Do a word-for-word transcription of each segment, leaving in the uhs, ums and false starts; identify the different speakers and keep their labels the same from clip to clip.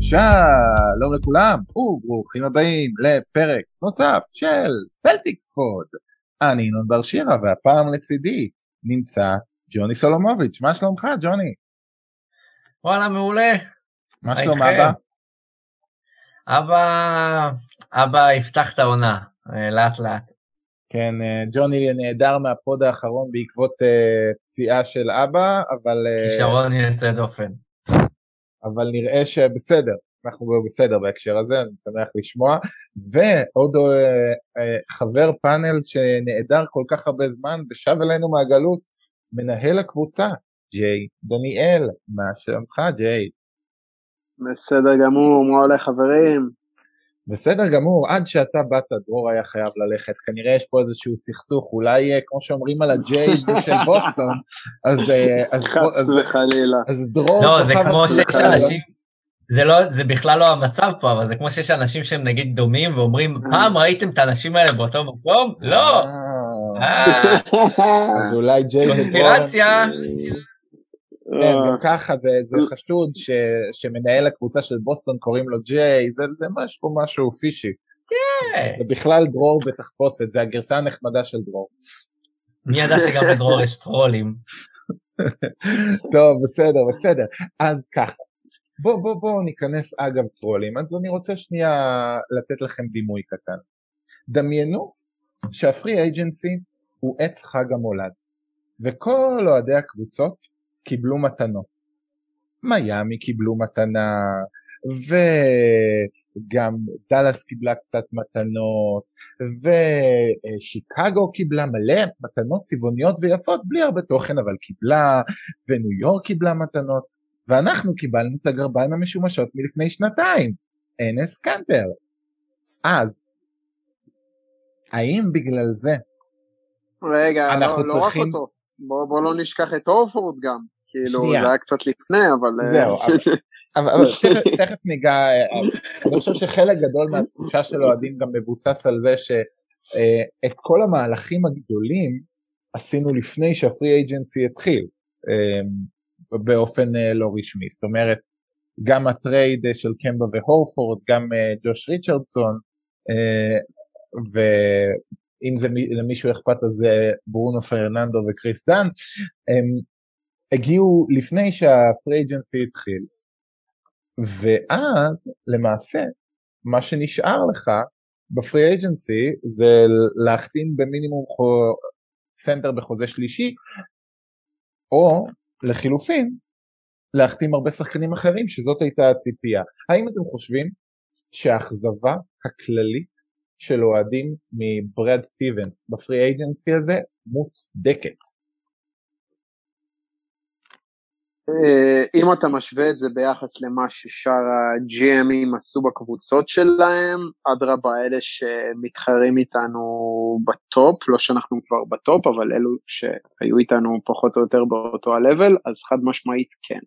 Speaker 1: שלום לכולם וברוכים הבאים לפרק נוסף של סלטיקס פוד. אני ינון בר שירה והפעם לצידי נמצא ג'וני סולומוביץ'. מה שלומך ג'וני?
Speaker 2: וואלה מעולה.
Speaker 1: מה שלום אבא?
Speaker 2: אבא אבא יפתח את העונה לאט לאט.
Speaker 1: כן, ג'וני נהדר מהפוד האחרון בעקבות פציעה של אבא, אבל
Speaker 2: כישרון יוצא דופן.
Speaker 1: אבל נראה שבסדר, אנחנו בסדר בהקשר הזה, אני שמח לשמוע. ועוד חבר פאנל שנעדר כל כך הרבה זמן ושב אלינו מהגלות, מנהל הקבוצה ג'יי דניאל. מה שלומך ג'יי?
Speaker 3: בסדר גמור, מה הולך חברים?
Speaker 1: בסדר גמור, עד שאתה באת דרור היה חייב ללכת, כנראה יש פה איזשהו סכסוך, אולי כמו שאומרים על הג'ייז של בוסטון, אז
Speaker 3: חס וחלילה.
Speaker 1: אז דרור...
Speaker 2: לא, זה כמו שיש אנשים, זה לא, זה בכלל לא המצב פה, אבל זה כמו שיש אנשים שהם נגיד דומים ואומרים, פעם ראיתם את האנשים האלה באותו מקום? לא!
Speaker 1: אז אולי ג'יי ודרור...
Speaker 2: קונספירציה...
Speaker 1: כן, גם ככה זה, זה חשוד ש, שמנהל הקבוצה של בוסטון קוראים לו ג'יי, זה, זה משהו, משהו פישי.
Speaker 2: כן.
Speaker 1: ובכלל דרור בתחפושת, זה הגרסה הנחמדה של דרור.
Speaker 2: מי ידע שגם לדרור יש טרולים?
Speaker 1: טוב, בסדר, בסדר. אז ככה, בואו בוא, בוא ניכנס אגב טרולים, אז אני רוצה שנייה לתת לכם דימוי קטן. דמיינו שהפרי אייג'נסי הוא עץ חג המולד, וכל אוהדי הקבוצות קיבלו מתנות. מיאמי קיבלו מתנה, וגם דלס קיבלה קצת מתנות, ושיקגו קיבלה מלא מתנות צבעוניות ויפות, בלי הרבה תוכן, אבל קיבלה, וניו יורק קיבלה מתנות, ואנחנו קיבלנו את הגרביים המשומשות מלפני שנתיים, אנס קנטר. אז, האם בגלל זה,
Speaker 3: רגע,
Speaker 1: אנחנו
Speaker 3: לא,
Speaker 1: צריכים...
Speaker 3: לא רק אותו, בוא, בוא לא נשכח את אורפורד גם, כאילו
Speaker 1: שנייה.
Speaker 3: זה היה קצת לפני, אבל...
Speaker 1: זהו, אבל, אבל, אבל תכף, תכף ניגע, אני חושב שחלק גדול מהתחושה של אוהדים גם מבוסס על זה שאת כל המהלכים הגדולים עשינו לפני שהפרי אייג'נסי התחיל, באופן לא רשמי, זאת אומרת, גם הטרייד של קמבה והורפורד, גם ג'וש ריצ'רדסון, ואם זה למישהו אכפת אז ברונו פרננדו וקריס דן, הגיעו לפני שהפרי אייג'נסי התחיל, ואז למעשה מה שנשאר לך בפרי אייג'נסי זה להחתים במינימום סנטר בחוזה שלישי, או לחילופין להחתים הרבה שחקנים אחרים, שזאת הייתה הציפייה. האם אתם חושבים שהאכזבה הכללית של אוהדים מברד סטיבנס בפרי אייג'נסי הזה מוצדקת?
Speaker 3: אם אתה משווה את זה ביחס למה ששאר ה-ג'י אמים עשו בקבוצות שלהם, אדרבה אלה שמתחרים איתנו בטופ, לא שאנחנו כבר בטופ, אבל אלו שהיו איתנו פחות או יותר באותו הלבל, אז חד משמעית כן.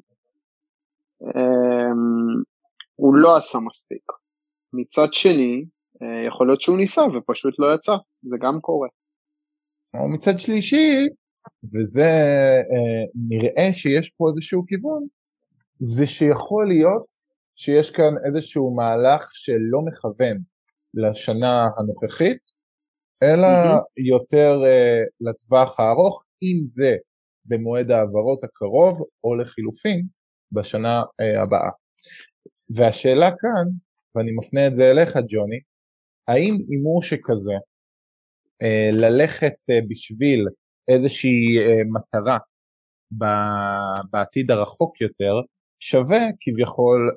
Speaker 3: הוא לא עשה מספיק. מצד שני, יכול להיות שהוא ניסה ופשוט לא יצא, זה גם קורה.
Speaker 1: או מצד שלישי, וזה אה, נראה שיש פה איזשהו כיוון, זה שיכול להיות שיש כאן איזשהו מהלך שלא מכוון לשנה הנוכחית, אלא mm-hmm. יותר אה, לטווח הארוך, אם זה במועד העברות הקרוב, או לחילופין בשנה אה, הבאה. והשאלה כאן, ואני מפנה את זה אליך ג'וני, האם אימור שכזה, אה, ללכת אה, בשביל איזושהי מטרה בעתיד הרחוק יותר, שווה כביכול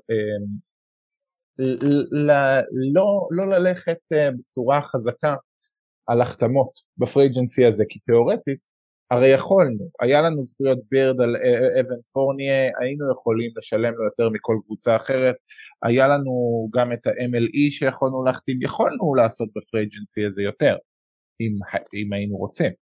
Speaker 1: לא, לא ללכת בצורה חזקה על החתמות בפרי אייג'נסי הזה, כי תיאורטית, הרי יכולנו, היה לנו זכויות בירד על אבן פורניה, היינו יכולים לשלם לו יותר מכל קבוצה אחרת, היה לנו גם את ה-אם אל אי שיכולנו להחתים, יכולנו לעשות בפרי אייג'נסי הזה יותר, אם, אם היינו רוצים.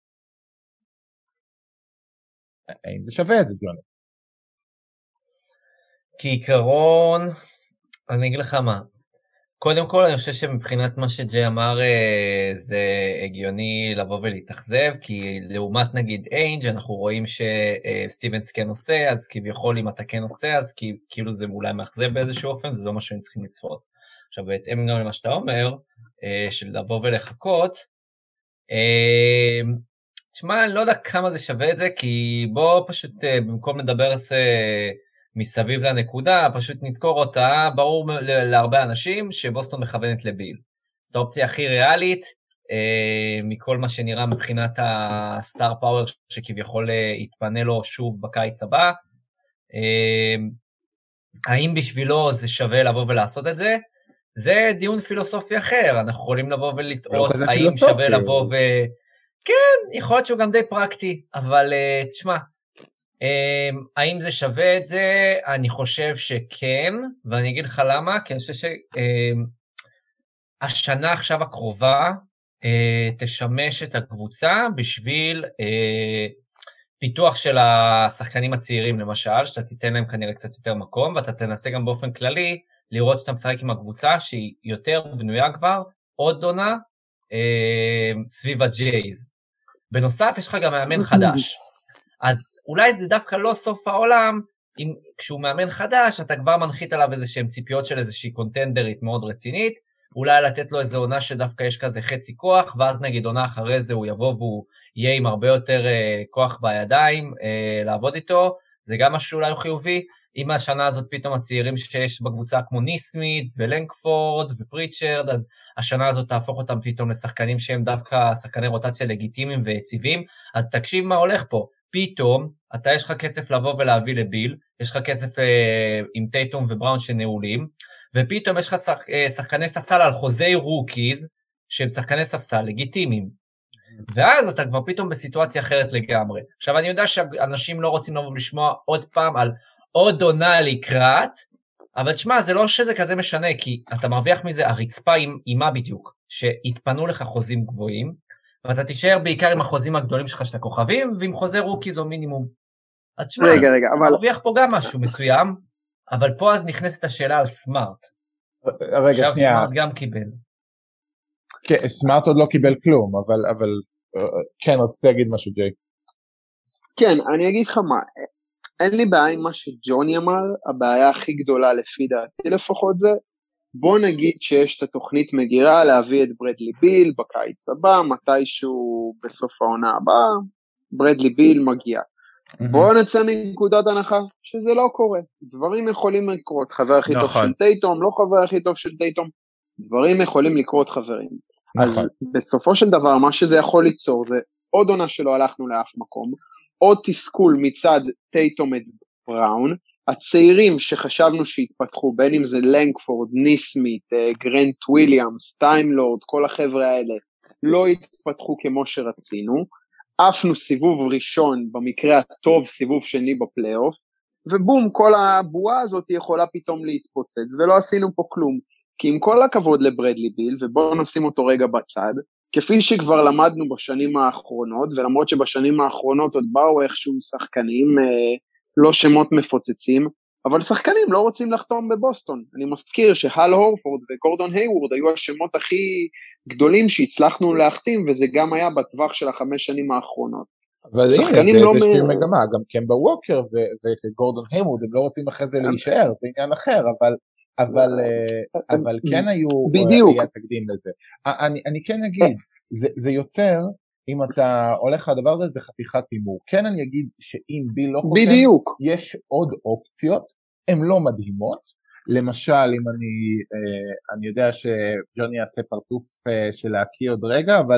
Speaker 1: האם זה שווה את זה, ג'וני?
Speaker 2: כעיקרון, אני אגיד לך מה, קודם כל, אני חושב שמבחינת מה שג'יי אמר, זה הגיוני לבוא ולהתאכזב, כי לעומת נגיד איינג' אנחנו רואים שסטיבנס כן עושה, אז כביכול אם אתה כן עושה, אז כאילו זה אולי מאכזב באיזשהו אופן, וזה לא מה שהם צריכים לצפות. עכשיו, בהתאם גם למה שאתה אומר, של לבוא ולחכות, תשמע, אני לא יודע כמה זה שווה את זה, כי בוא פשוט במקום לדבר מסביב לנקודה, פשוט נתקור אותה, ברור להרבה אנשים שבוסטון מכוונת לביל. זאת האופציה הכי ריאלית, מכל מה שנראה מבחינת הסטאר פאוור שכביכול יתפנה לו שוב בקיץ הבא. האם בשבילו זה שווה לבוא ולעשות את זה? זה דיון פילוסופי אחר, אנחנו יכולים לבוא ולטעות, האם שווה לבוא ו... כן, יכול להיות שהוא גם די פרקטי, אבל תשמע, האם זה שווה את זה? אני חושב שכן, ואני אגיד לך למה, כי אני חושב שהשנה עכשיו הקרובה תשמש את הקבוצה בשביל פיתוח של השחקנים הצעירים למשל, שאתה תיתן להם כנראה קצת יותר מקום, ואתה תנסה גם באופן כללי לראות שאתה משחק עם הקבוצה שהיא יותר בנויה כבר, עוד עונה סביב הג'ייז. בנוסף יש לך גם מאמן חדש. אז אולי זה דווקא לא סוף העולם, אם כשהוא מאמן חדש, אתה כבר מנחית עליו איזשהם ציפיות של איזושהי קונטנדרית מאוד רצינית, אולי לתת לו איזו עונה שדווקא יש כזה חצי כוח, ואז נגיד עונה אחרי זה הוא יבוא והוא יהיה עם הרבה יותר uh, כוח בידיים, uh, לעבוד איתו, זה גם משהו אולי חיובי, אם השנה הזאת פתאום הצעירים שיש בקבוצה כמו ניסמית ולנקפורד ופריצ'רד, אז השנה הזאת תהפוך אותם פתאום לשחקנים שהם דווקא שחקני רוטציה לגיטימיים ויציבים, אז תקשיב מה הולך פה, פתאום אתה יש לך כסף לבוא ולהביא לביל, יש לך כסף אה, עם טייטום ובראון שנעולים, ופתאום יש לך שח, אה, שחקני ספסל על חוזי רוקיז, שהם שחקני ספסל לגיטימיים, ואז אתה כבר פתאום בסיטואציה אחרת לגמרי. עכשיו אני יודע שאנשים לא רוצים לבוא לשמוע עוד פעם על עוד עונה לקראת, אבל תשמע, זה לא שזה כזה משנה, כי אתה מרוויח מזה, הרצפה עם, עם מה בדיוק, שהתפנו לך חוזים גבוהים, ואתה תישאר בעיקר עם החוזים הגדולים שלך של הכוכבים, ועם חוזה רוקיז או מינימום. אז תשמע,
Speaker 3: רגע, רגע, אבל...
Speaker 2: מרוויח פה גם משהו מסוים, אבל פה אז נכנסת השאלה על סמארט.
Speaker 1: רגע,
Speaker 2: עכשיו
Speaker 1: שנייה.
Speaker 2: סמארט גם קיבל.
Speaker 1: כן, סמארט עוד לא קיבל כלום, אבל, אבל כן, רציתי להגיד משהו, ג'יי.
Speaker 3: כן, אני אגיד לך מה, אין לי בעיה עם מה שג'וני אמר, הבעיה הכי גדולה לפי דעתי לפחות זה, בוא נגיד שיש את התוכנית מגירה להביא את ברדלי ביל בקיץ הבא, מתישהו בסוף העונה הבאה, ברדלי ביל מגיע. Mm-hmm. בוא נצא מנקודת הנחה שזה לא קורה, דברים יכולים לקרות, חבר הכי נכון. טוב של טייטום, לא חבר הכי טוב של טייטום, דברים יכולים לקרות חברים. נכון. אז בסופו של דבר מה שזה יכול ליצור זה עוד עונה שלא הלכנו לאף מקום, עוד תסכול מצד טייטום את בראון, הצעירים שחשבנו שהתפתחו, בין אם זה לנקפורד, ניסמית, גרנט וויליאמס, טיימלורד, כל החבר'ה האלה, לא התפתחו כמו שרצינו, עפנו סיבוב ראשון, במקרה הטוב סיבוב שני בפלייאוף, ובום, כל הבועה הזאת יכולה פתאום להתפוצץ, ולא עשינו פה כלום, כי עם כל הכבוד לברדלי ביל, ובואו נשים אותו רגע בצד, כפי שכבר למדנו בשנים האחרונות, ולמרות שבשנים האחרונות עוד באו איכשהו שחקנים, אה, לא שמות מפוצצים, אבל שחקנים לא רוצים לחתום בבוסטון. אני מזכיר שהל הורפורד וגורדון היוורד היו השמות הכי גדולים שהצלחנו להחתים, וזה גם היה בטווח של החמש שנים האחרונות.
Speaker 1: אבל הנה, זה איזושהי מגמה, גם קמבה ווקר וגורדון היוורד, הם לא רוצים אחרי זה להישאר, זה עניין אחר, אבל... אבל, אבל כן היו, היה תקדים לזה. אני, אני כן אגיד, זה, זה יוצר, אם אתה הולך לדבר הזה, זה חתיכת הימור. כן אני אגיד שאם ביל לא חותם,
Speaker 3: בדיוק.
Speaker 1: יש עוד אופציות, הן לא מדהימות, למשל, אם אני, אני יודע שג'וני יעשה פרצוף של להכיר עוד רגע, אבל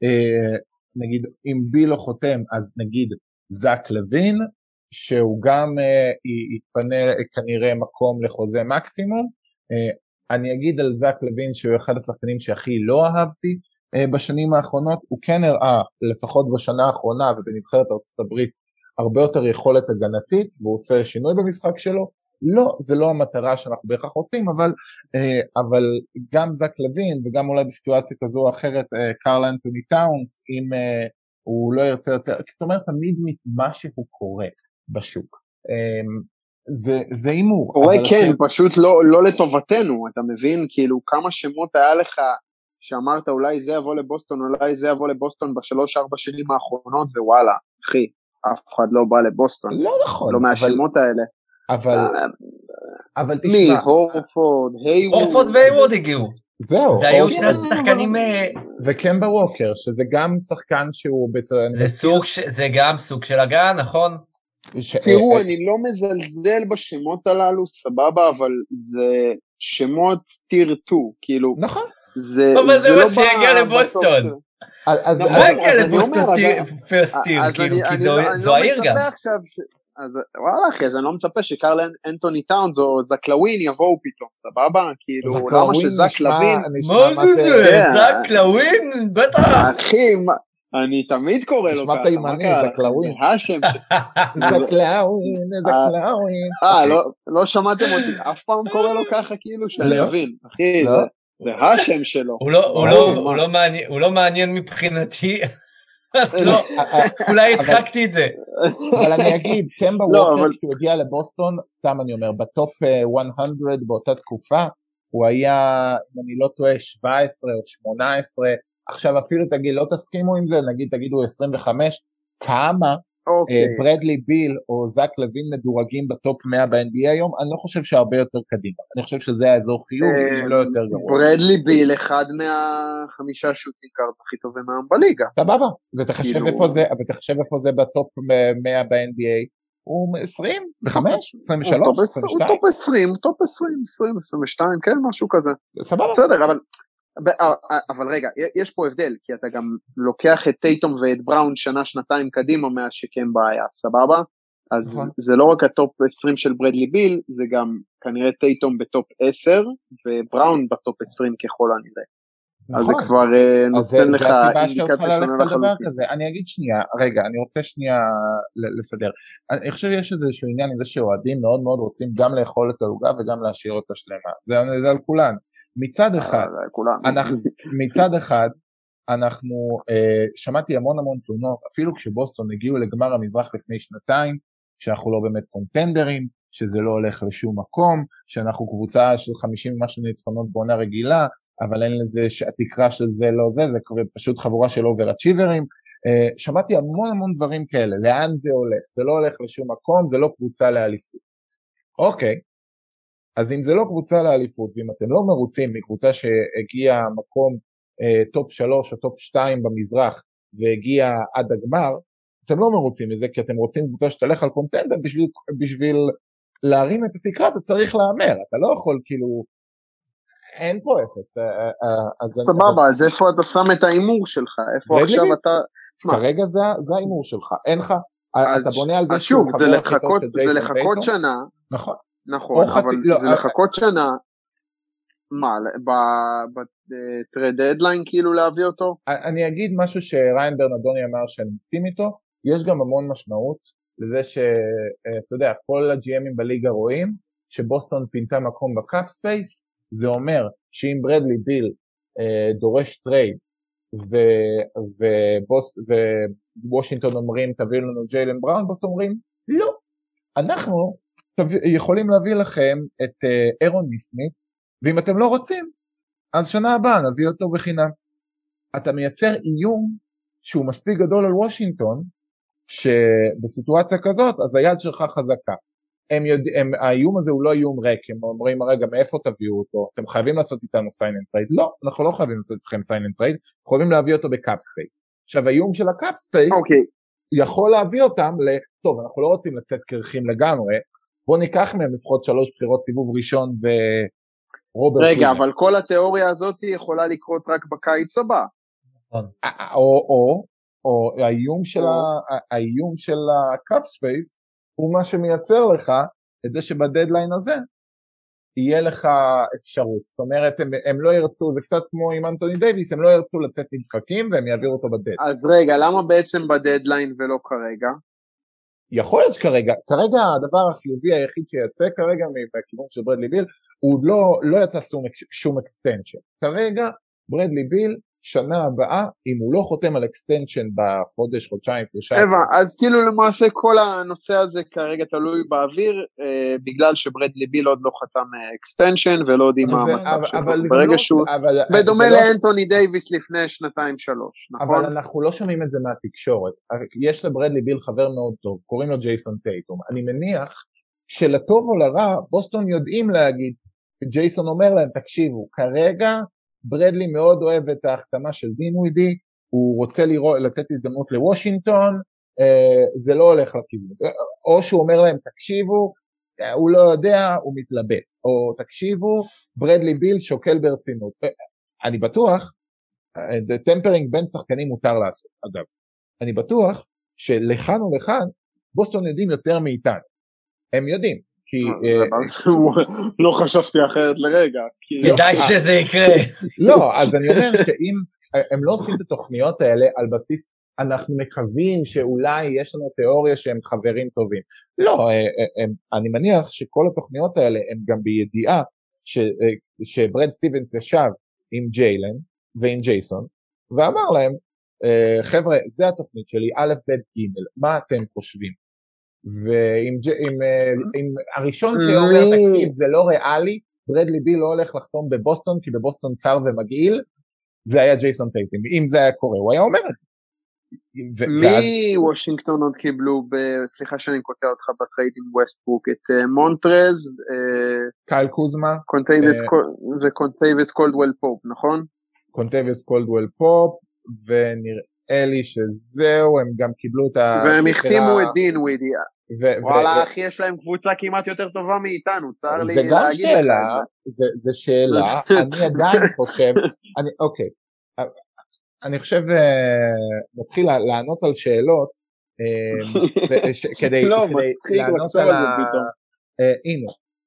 Speaker 1: נגיד, אם ביל לא חותם, אז נגיד זק לוין, שהוא גם uh, יתפנה כנראה מקום לחוזה מקסימום. Uh, אני אגיד על זק לוין שהוא אחד השחקנים שהכי לא אהבתי uh, בשנים האחרונות, הוא כן הראה לפחות בשנה האחרונה ובנבחרת ארצות הברית הרבה יותר יכולת הגנתית, והוא עושה שינוי במשחק שלו. לא, זה לא המטרה שאנחנו בהכרח רוצים, אבל, uh, אבל גם זק לוין וגם אולי בסיטואציה כזו או אחרת uh, קרל אנטוני טאונס, אם uh, הוא לא ירצה יותר, זאת אומרת תמיד מה שהוא קורה בשוק. זה, זה אימור.
Speaker 3: אולי כן, אתם... פשוט לא, לא לטובתנו, אתה מבין? כאילו, כמה שמות היה לך, שאמרת אולי זה יבוא לבוסטון, אולי זה יבוא לבוסטון בשלוש ארבע שנים האחרונות, ווואלה, אחי, אף אחד לא בא לבוסטון.
Speaker 1: לא נכון.
Speaker 3: לא מהשמות
Speaker 1: אבל...
Speaker 3: האלה.
Speaker 1: אבל, אבל תשמע.
Speaker 3: מי? הורפורד, היוורד.
Speaker 2: הורפורד והיוורד הגיעו.
Speaker 1: זהו.
Speaker 2: זה היו שני שחקנים...
Speaker 1: וקמבה ווקר, שזה גם שחקן שהוא...
Speaker 2: זה סוג, זה גם סוג של הגעה, נכון?
Speaker 3: תראו, אני לא מזלזל בשמות הללו, סבבה, אבל זה שמות טיר שתיים, כאילו...
Speaker 1: נכון.
Speaker 2: אבל זה מה שיגיע לבוסטון.
Speaker 1: אז
Speaker 2: מה יגיע לבוסטון פרסט טיר, כאילו, כי זו העיר גם.
Speaker 3: אז וואלה אחי, אז אני לא מצפה שקרל אנטוני טאונס או זק לווין יבואו פתאום, סבבה? כאילו, למה שזק לווין...
Speaker 2: מה זה זה? זק לווין? בטח.
Speaker 3: אחי, אני תמיד קורא לו
Speaker 1: ככה. נשמע תימני, זק לווין.
Speaker 3: זה השם שלו.
Speaker 1: זק לווין, זק לווין.
Speaker 3: אה, לא שמעתם אותי, אף פעם קורא לו ככה כאילו שאני אבין. אחי, זה השם שלו.
Speaker 2: הוא לא מעניין מבחינתי. אז לא, אולי הדחקתי את זה.
Speaker 1: אבל אני אגיד, קמבה ווקר, כשהוא הגיע לבוסטון, סתם אני אומר, בטופ מאה באותה תקופה, הוא היה, אם אני לא טועה, שבע עשרה או שמונה עשרה, עכשיו אפילו תגיד, לא תסכימו עם זה, נגיד תגידו עשרים וחמש, כמה ברדלי ביל או זק לוין מדורגים בטופ מאה ב-אן בי איי היום, אני לא חושב שהרבה יותר קדימה, אני חושב שזה האזור חיוב, אם לא יותר גרוע.
Speaker 3: ברדלי ביל אחד מהחמישה שוטינג קארט הכי טובים היום בליגה.
Speaker 1: סבבה, ותחשב איפה זה, ותחשב איפה זה בטופ מאה ב-אן בי איי, הוא עשרים וחמש, עשרים ושלוש, עשרים ושתיים.
Speaker 3: הוא טופ עשרים, טופ עשרים, עשרים, עשרים ושתיים, כן, משהו כזה.
Speaker 1: סבבה.
Speaker 3: בסדר, אבל... אבל רגע, יש פה הבדל, כי אתה גם לוקח את טייטום ואת בראון שנה שנתיים קדימה מאז שכן בעיה, סבבה? אז זה לא רק הטופ עשרים של ברדלי ביל, זה גם כנראה טייטום בטופ עשר, ובראון בטופ עשרים ככל הנראה. אז זה כבר נותן לך אינדיקציה שלנו לחלוטין.
Speaker 1: אני אגיד שנייה, רגע, אני רוצה שנייה לסדר. אני חושב שיש איזשהו עניין עם זה שאוהדים מאוד מאוד רוצים גם לאכול את העוגה וגם להשאיר אותה שלמה. זה על כולן. מצד אחד, אנחנו, מצד אחד, אנחנו אה, שמעתי המון המון תלונות, אפילו כשבוסטון הגיעו לגמר המזרח לפני שנתיים, שאנחנו לא באמת קונטנדרים, שזה לא הולך לשום מקום, שאנחנו קבוצה של חמישים ומשהו ניצחונות בעונה רגילה, אבל אין לזה שהתקרה של זה לא זה, זה פשוט חבורה של אובר-אצ'יברים, אה, שמעתי המון המון דברים כאלה, לאן זה הולך, זה לא הולך לשום מקום, זה לא קבוצה לאליפות. אוקיי. אז אם זה לא קבוצה לאליפות, ואם אתם לא מרוצים מקבוצה שהגיעה מקום אה, טופ שלוש או טופ שתיים במזרח, והגיעה עד הגמר, אתם לא מרוצים מזה, כי אתם רוצים קבוצה שתלך על קונטנדר, בשביל, בשביל להרים את התקרה, אתה צריך לאמר, אתה לא יכול כאילו, אין פה אפס.
Speaker 3: סבבה, אז איפה אתה שם את האימור שלך? איפה עכשיו אתה...
Speaker 1: כרגע זה האימור שלך, אין לך, אתה בונה על זה
Speaker 3: שוב, זה לחכות שנה,
Speaker 1: נכון.
Speaker 3: נכון, אבל לא, זה לחכות שנה, מה, בטרד דדליין כאילו להביא אותו?
Speaker 1: אני אגיד משהו שריין ברנדוני אמר שאני מסכים איתו, יש גם המון משמעות לזה שאתה יודע, כל הג'י אמים בליגה רואים שבוסטון פינתה מקום בקאפ ספייס, זה אומר שאם ברדלי ביל דורש טרייד ווושינגטון אומרים תביאו לנו ג'יילן בראון, בוסטון אומרים לא, אנחנו יכולים להביא לכם את אירון ניסמית, ואם אתם לא רוצים, אז שנה הבאה נביא אותו בחינם. אתה מייצר איום שהוא מספיק גדול על וושינגטון, שבסיטואציה כזאת, אז היד שלך חזקה. הם יודע, הם, האיום הזה הוא לא איום ריק, הם אומרים, רגע, מאיפה תביאו אותו? אתם חייבים לעשות איתנו sign and trade? לא, אנחנו לא חייבים לעשות איתכם sign and trade, חייבים להביא אותו בקאפ ספייס. עכשיו, האיום של הקאפ ספייס,
Speaker 3: okay.
Speaker 1: יכול להביא אותם ל, טוב, אנחנו לא רוצים לצאת קרחים לגמרי, בוא ניקח מהם לפחות שלוש בחירות סיבוב ראשון ורוברט.
Speaker 3: רגע, אבל כל התיאוריה הזאת יכולה לקרות רק בקיץ הבא.
Speaker 1: או, או, או האיום של האיום של הקאפ ספייס, הוא מה שמייצר לך את זה שבדדליין הזה יהיה לך אפשרות. זאת אומרת, הם, הם לא ירצו, זה קצת כמו עם אנטוני דייביס, הם לא ירצו לצאת נדפקים והם יעבירו אותו בדדליין.
Speaker 3: אז רגע, למה בעצם בדדליין ולא כרגע?
Speaker 1: יכול להיות שכרגע, כרגע הדבר החיובי היחיד שיצא כרגע מהכיוון של ברדלי ביל, הוא לא, לא יצא שום, שום אקסטנשן. כרגע ברדלי ביל שנה הבאה, אם הוא לא חותם על אקסטנשן בחודש, חודשיים, שלושה.
Speaker 3: אז כאילו למעשה כל הנושא הזה כרגע תלוי באוויר, אה, בגלל שברדלי ביל עוד לא חתם אקסטנשן, ולא יודעים מה המצב שלו. ברגע שהוא, בדומה לאנטוני דייביס לפני שנתיים שלוש, נכון?
Speaker 1: אבל אנחנו לא שומעים את זה מהתקשורת. יש לברדלי ביל חבר מאוד טוב, קוראים לו ג'ייסון טייטום. אני מניח שלטוב או לרע, בוסטון יודעים להגיד, ג'ייסון אומר להם, תקשיבו, כרגע ברדלי מאוד אוהב את ההחתמה של דינווידי, הוא רוצה לראות, לתת הזדמנות לוושינגטון, אה, זה לא הולך לכיוון. או שהוא אומר להם, תקשיבו, הוא לא יודע, הוא מתלבט. או תקשיבו, ברדלי ביל שוקל ברצינות. אני בטוח, טמפרינג בין שחקנים מותר לעשות, אגב. אני בטוח שלכאן ולכאן, בוסטון יודעים יותר מאיתנו. הם יודעים.
Speaker 3: לא חשבתי אחרת לרגע.
Speaker 2: כדאי שזה יקרה.
Speaker 1: לא, אז אני אומר שאם הם לא עושים את התוכניות האלה על בסיס, אנחנו מקווים שאולי יש לנו תיאוריה שהם חברים טובים. לא, אני מניח שכל התוכניות האלה הם גם בידיעה שברד סטיבנס ישב עם ג'יילן ועם ג'ייסון, ואמר להם, חבר'ה, זה התוכנית שלי, א' ב' ג', מה אתם חושבים? ועם עם, עם הראשון שאומר תקשיב זה לא ריאלי, ברדלי ביל לא הולך לחתום בבוסטון כי בבוסטון קר ומגעיל, זה היה ג'ייסון טייטום. אם זה היה קורה הוא היה אומר את זה.
Speaker 3: מי וושינגטון עוד קיבלו, סליחה שאני קוטע אותך בטרייד עם ווסטברוק, את מונטרז,
Speaker 1: קייל קוזמה
Speaker 3: וקונטייבס קולדוול פופ, נכון?
Speaker 1: קונטייבס קולדוול פופ, ונראה לי שזהו, הם גם קיבלו את ה...
Speaker 3: והם החתימו את דין ווידי. וואלה, אחי, יש להם קבוצה כמעט יותר טובה מאיתנו, צער לי להגיד.
Speaker 1: זה גם שאלה, זה שאלה, אני עדיין חושב, אוקיי, אני חושב, נתחיל לענות על שאלות, כדי לענות על ה... הנה,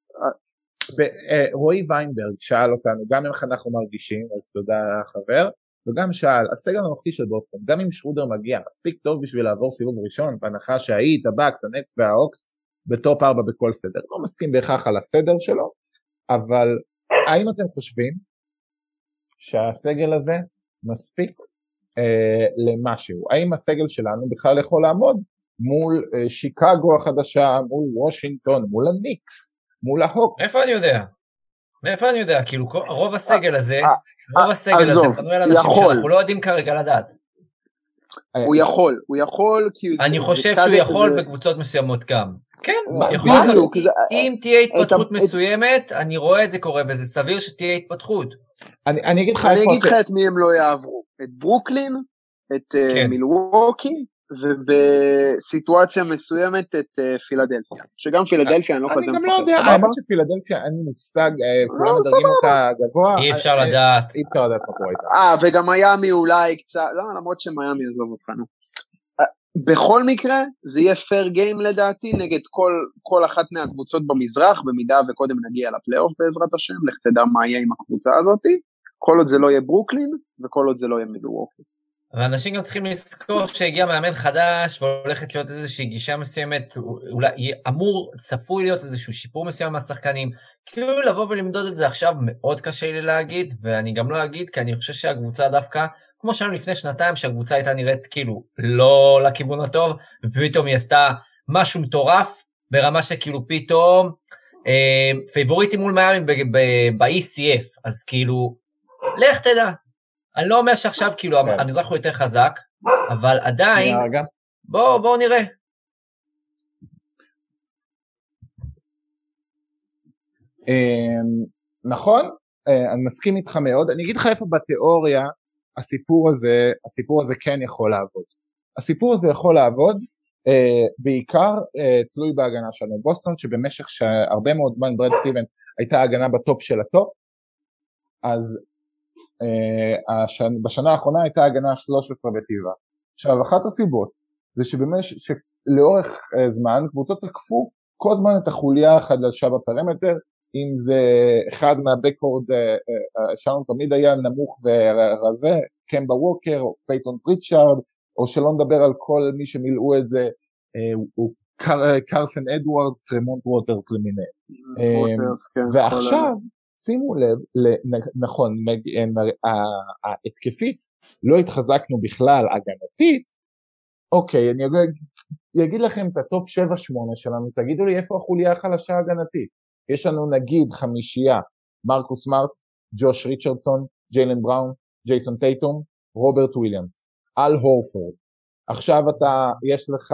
Speaker 1: רועי ויינברג שאל אותנו, גם איך אנחנו מרגישים, אז תודה חבר, וגם שאל, הסגל הנוכחי של בוסטון, גם אם שרודר מגיע מספיק טוב בשביל לעבור סיבוב ראשון, בהנחה שהאיט, הבאקס, הנקס והאוקס, בטופ ארבע בכל סדר, לא מסכים בהכרח על הסדר שלו, אבל האם אתם חושבים שהסגל הזה מספיק אה, למשהו? האם הסגל שלנו בכלל יכול לעמוד מול אה, שיקגו החדשה, מול וושינגטון, מול הניקס, מול ההוקס?
Speaker 2: איפה אני יודע? מאיפה אני יודע? כאילו רוב הסגל הזה, רוב הסגל הזה, פנו אל אנשים שאנחנו לא יודעים כרגע לדעת.
Speaker 3: הוא יכול, הוא יכול,
Speaker 2: אני חושב שהוא יכול בקבוצות מסוימות גם. כן, יכול. אם תהיה התפתחות מסוימת, אני רואה את זה קורה, וזה סביר שתהיה התפתחות.
Speaker 1: אני אגיד לך
Speaker 3: את מי הם לא יעברו. את ברוקלין, את מילווקי, ובסיטואציה מסוימת את פילדלפיה, שגם פילדלפיה אני לא כזה
Speaker 1: אני גם לא יודע, האמת שפילדלפיה אין לי מושג, כולם מדרגים אותה גבוה,
Speaker 2: אי אפשר לדעת,
Speaker 1: אי אפשר לדעת מה קורה איתה.
Speaker 3: אה, וגם מיאמי אולי קצת, לא, למרות שמיאמי יעזוב אותנו. בכל מקרה, זה יהיה פייר גיים לדעתי, נגד כל אחת מהקבוצות במזרח, במידה וקודם נגיע לפלייאוף בעזרת השם, לך תדע מה יהיה עם הקבוצה הזאת, כל עוד זה לא יהיה ברוקלין, וכל עוד זה לא יהיה מילווקי.
Speaker 2: ואנשים גם צריכים לזכור שהגיע מאמן חדש, והולכת להיות איזושהי גישה מסוימת, אולי אמור, צפוי להיות איזשהו שיפור מסוים מהשחקנים, כאילו לבוא ולמדוד את זה עכשיו מאוד קשה לי להגיד, ואני גם לא אגיד, כי אני חושב שהקבוצה דווקא, כמו שלנו לפני שנתיים, שהקבוצה הייתה נראית כאילו לא לכיוון הטוב, ופתאום היא עשתה משהו מטורף, ברמה שכאילו פתאום, אה, פייבוריטים מול מיאמי ב-אי סי אף, אז כאילו, לך תדע. אני לא אומר שעכשיו כאילו המזרח הוא יותר חזק, אבל עדיין, בואו בואו נראה.
Speaker 1: נכון, אני מסכים איתך מאוד, אני אגיד לך איפה בתיאוריה הסיפור הזה, הסיפור הזה כן יכול לעבוד. הסיפור הזה יכול לעבוד, בעיקר תלוי בהגנה שלנו. בוסטון שבמשך הרבה מאוד זמן ברד סטיבנס הייתה הגנה בטופ של הטופ, אז בשנה האחרונה הייתה הגנה שלוש עשרה בטבע. עכשיו, אחת הסיבות זה שבמשך, שלאורך זמן קבוצות תקפו כל זמן את החוליה החדשה בפרמטר, אם זה אחד מהבקורד שלנו תמיד היה נמוך ורזה, קמבה ווקר או פייטון פריצ'ארד, או שלא נדבר על כל מי שמילאו את זה, הוא קרסן אדוארדס, טרמונט ווטרס למיניהם. ועכשיו שימו לב, נכון, ההתקפית, לא התחזקנו בכלל הגנתית, אוקיי, אני אגיד לכם את הטופ שבע שמונה שלנו, תגידו לי איפה החוליה החלשה הגנתית. יש לנו נגיד חמישייה, מרקוס סמארט, ג'וש ריצ'רדסון, ג'יילן בראון, ג'ייסון טייטום, רוברט וויליאמס, אל הורפורד. עכשיו אתה, יש לך...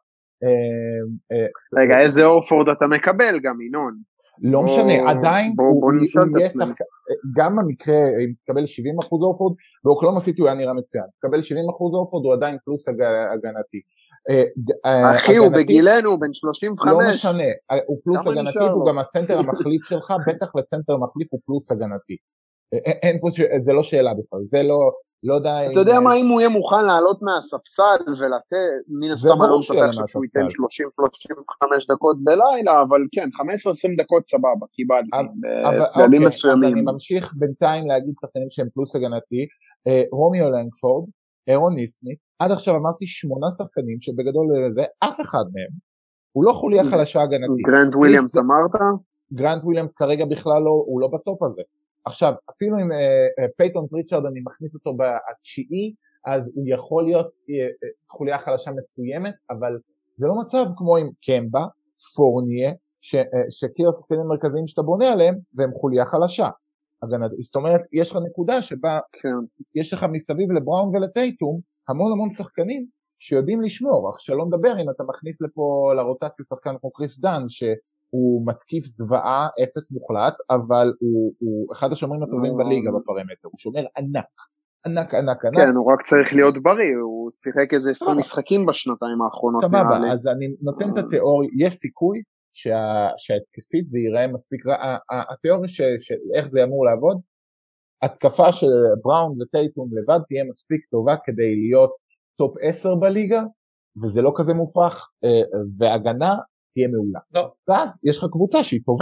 Speaker 3: רגע, איזה הורפורד אתה מקבל גם, ינון?
Speaker 1: לא משנה, עדיין הוא יהיה שחקן, גם המקרה, אם תקבל שבעים אחוז אורפורד, באוקלאומה סיטי הוא היה נראה מצוין, תקבל שבעים אחוז אורפורד הוא עדיין פלוס הגנתי.
Speaker 3: אחי, הוא בגילנו, הוא בן שלושים וחמש.
Speaker 1: לא משנה, הוא פלוס הגנתי, הוא גם הסנטר המחליף שלך, בטח לסנטר המחליף הוא פלוס הגנתי. אין פה, זה לא שאלה בכלל, זה לא... לא יודע,
Speaker 3: אתה יודע מה, אם הוא יהיה מוכן לעלות מהספסל ולתת, מן הסתם אני לא מספק שהוא ייתן שלושים שלושים וחמש דקות בלילה, אבל כן, חמש עשרה עשרים דקות סבבה, קיבלתי, בסדלים מסוימים.
Speaker 1: אז אני ממשיך בינתיים להגיד שחקנים שהם פלוס הגנתי, רומיו לנגפורד, אירון ניסמית, עד עכשיו אמרתי שמונה שחקנים שבגדול לזה, אף אחד מהם, הוא לא חוליה חלשה הגנתית.
Speaker 3: גרנט וויליאמס אמרת?
Speaker 1: גרנט וויליאמס כרגע בכלל לא, הוא לא בטופ הזה. עכשיו, אפילו אם פייטון פריצ'רד אני מכניס אותו בתשיעי, אז הוא יכול להיות חוליה חלשה מסוימת, אבל זה לא מצב כמו עם קמבה, פורניה, שכאילו השחקנים המרכזיים שאתה בונה עליהם, והם חוליה חלשה. זאת אומרת, יש לך נקודה שבה יש לך מסביב לבראון ולטייטום, המון המון שחקנים שיודעים לשמור, אך שלא נדבר אם אתה מכניס לפה לרוטציה שחקן כמו קריס דן, ש... הוא מתקיף זוועה, אפס מוחלט, אבל הוא, הוא אחד השומרים הטובים בליגה בפרמטר, הוא שומר ענק, ענק, ענק, ענק.
Speaker 3: כן, הוא רק צריך להיות בריא, הוא שיחק איזה עשרים משחקים בשנתיים האחרונות.
Speaker 1: סבבה, אז אני נותן את התיאוריה, יש סיכוי שה, שהתקפית זה ייראה מספיק רע, התיאוריה של איך זה אמור לעבוד, התקפה של בראון וטייטום לבד תהיה מספיק טובה כדי להיות טופ עשר בליגה, וזה לא כזה מופרך, והגנה, תהיה מעולה.
Speaker 2: לא.
Speaker 1: ואז יש לך קבוצה שהיא טובה.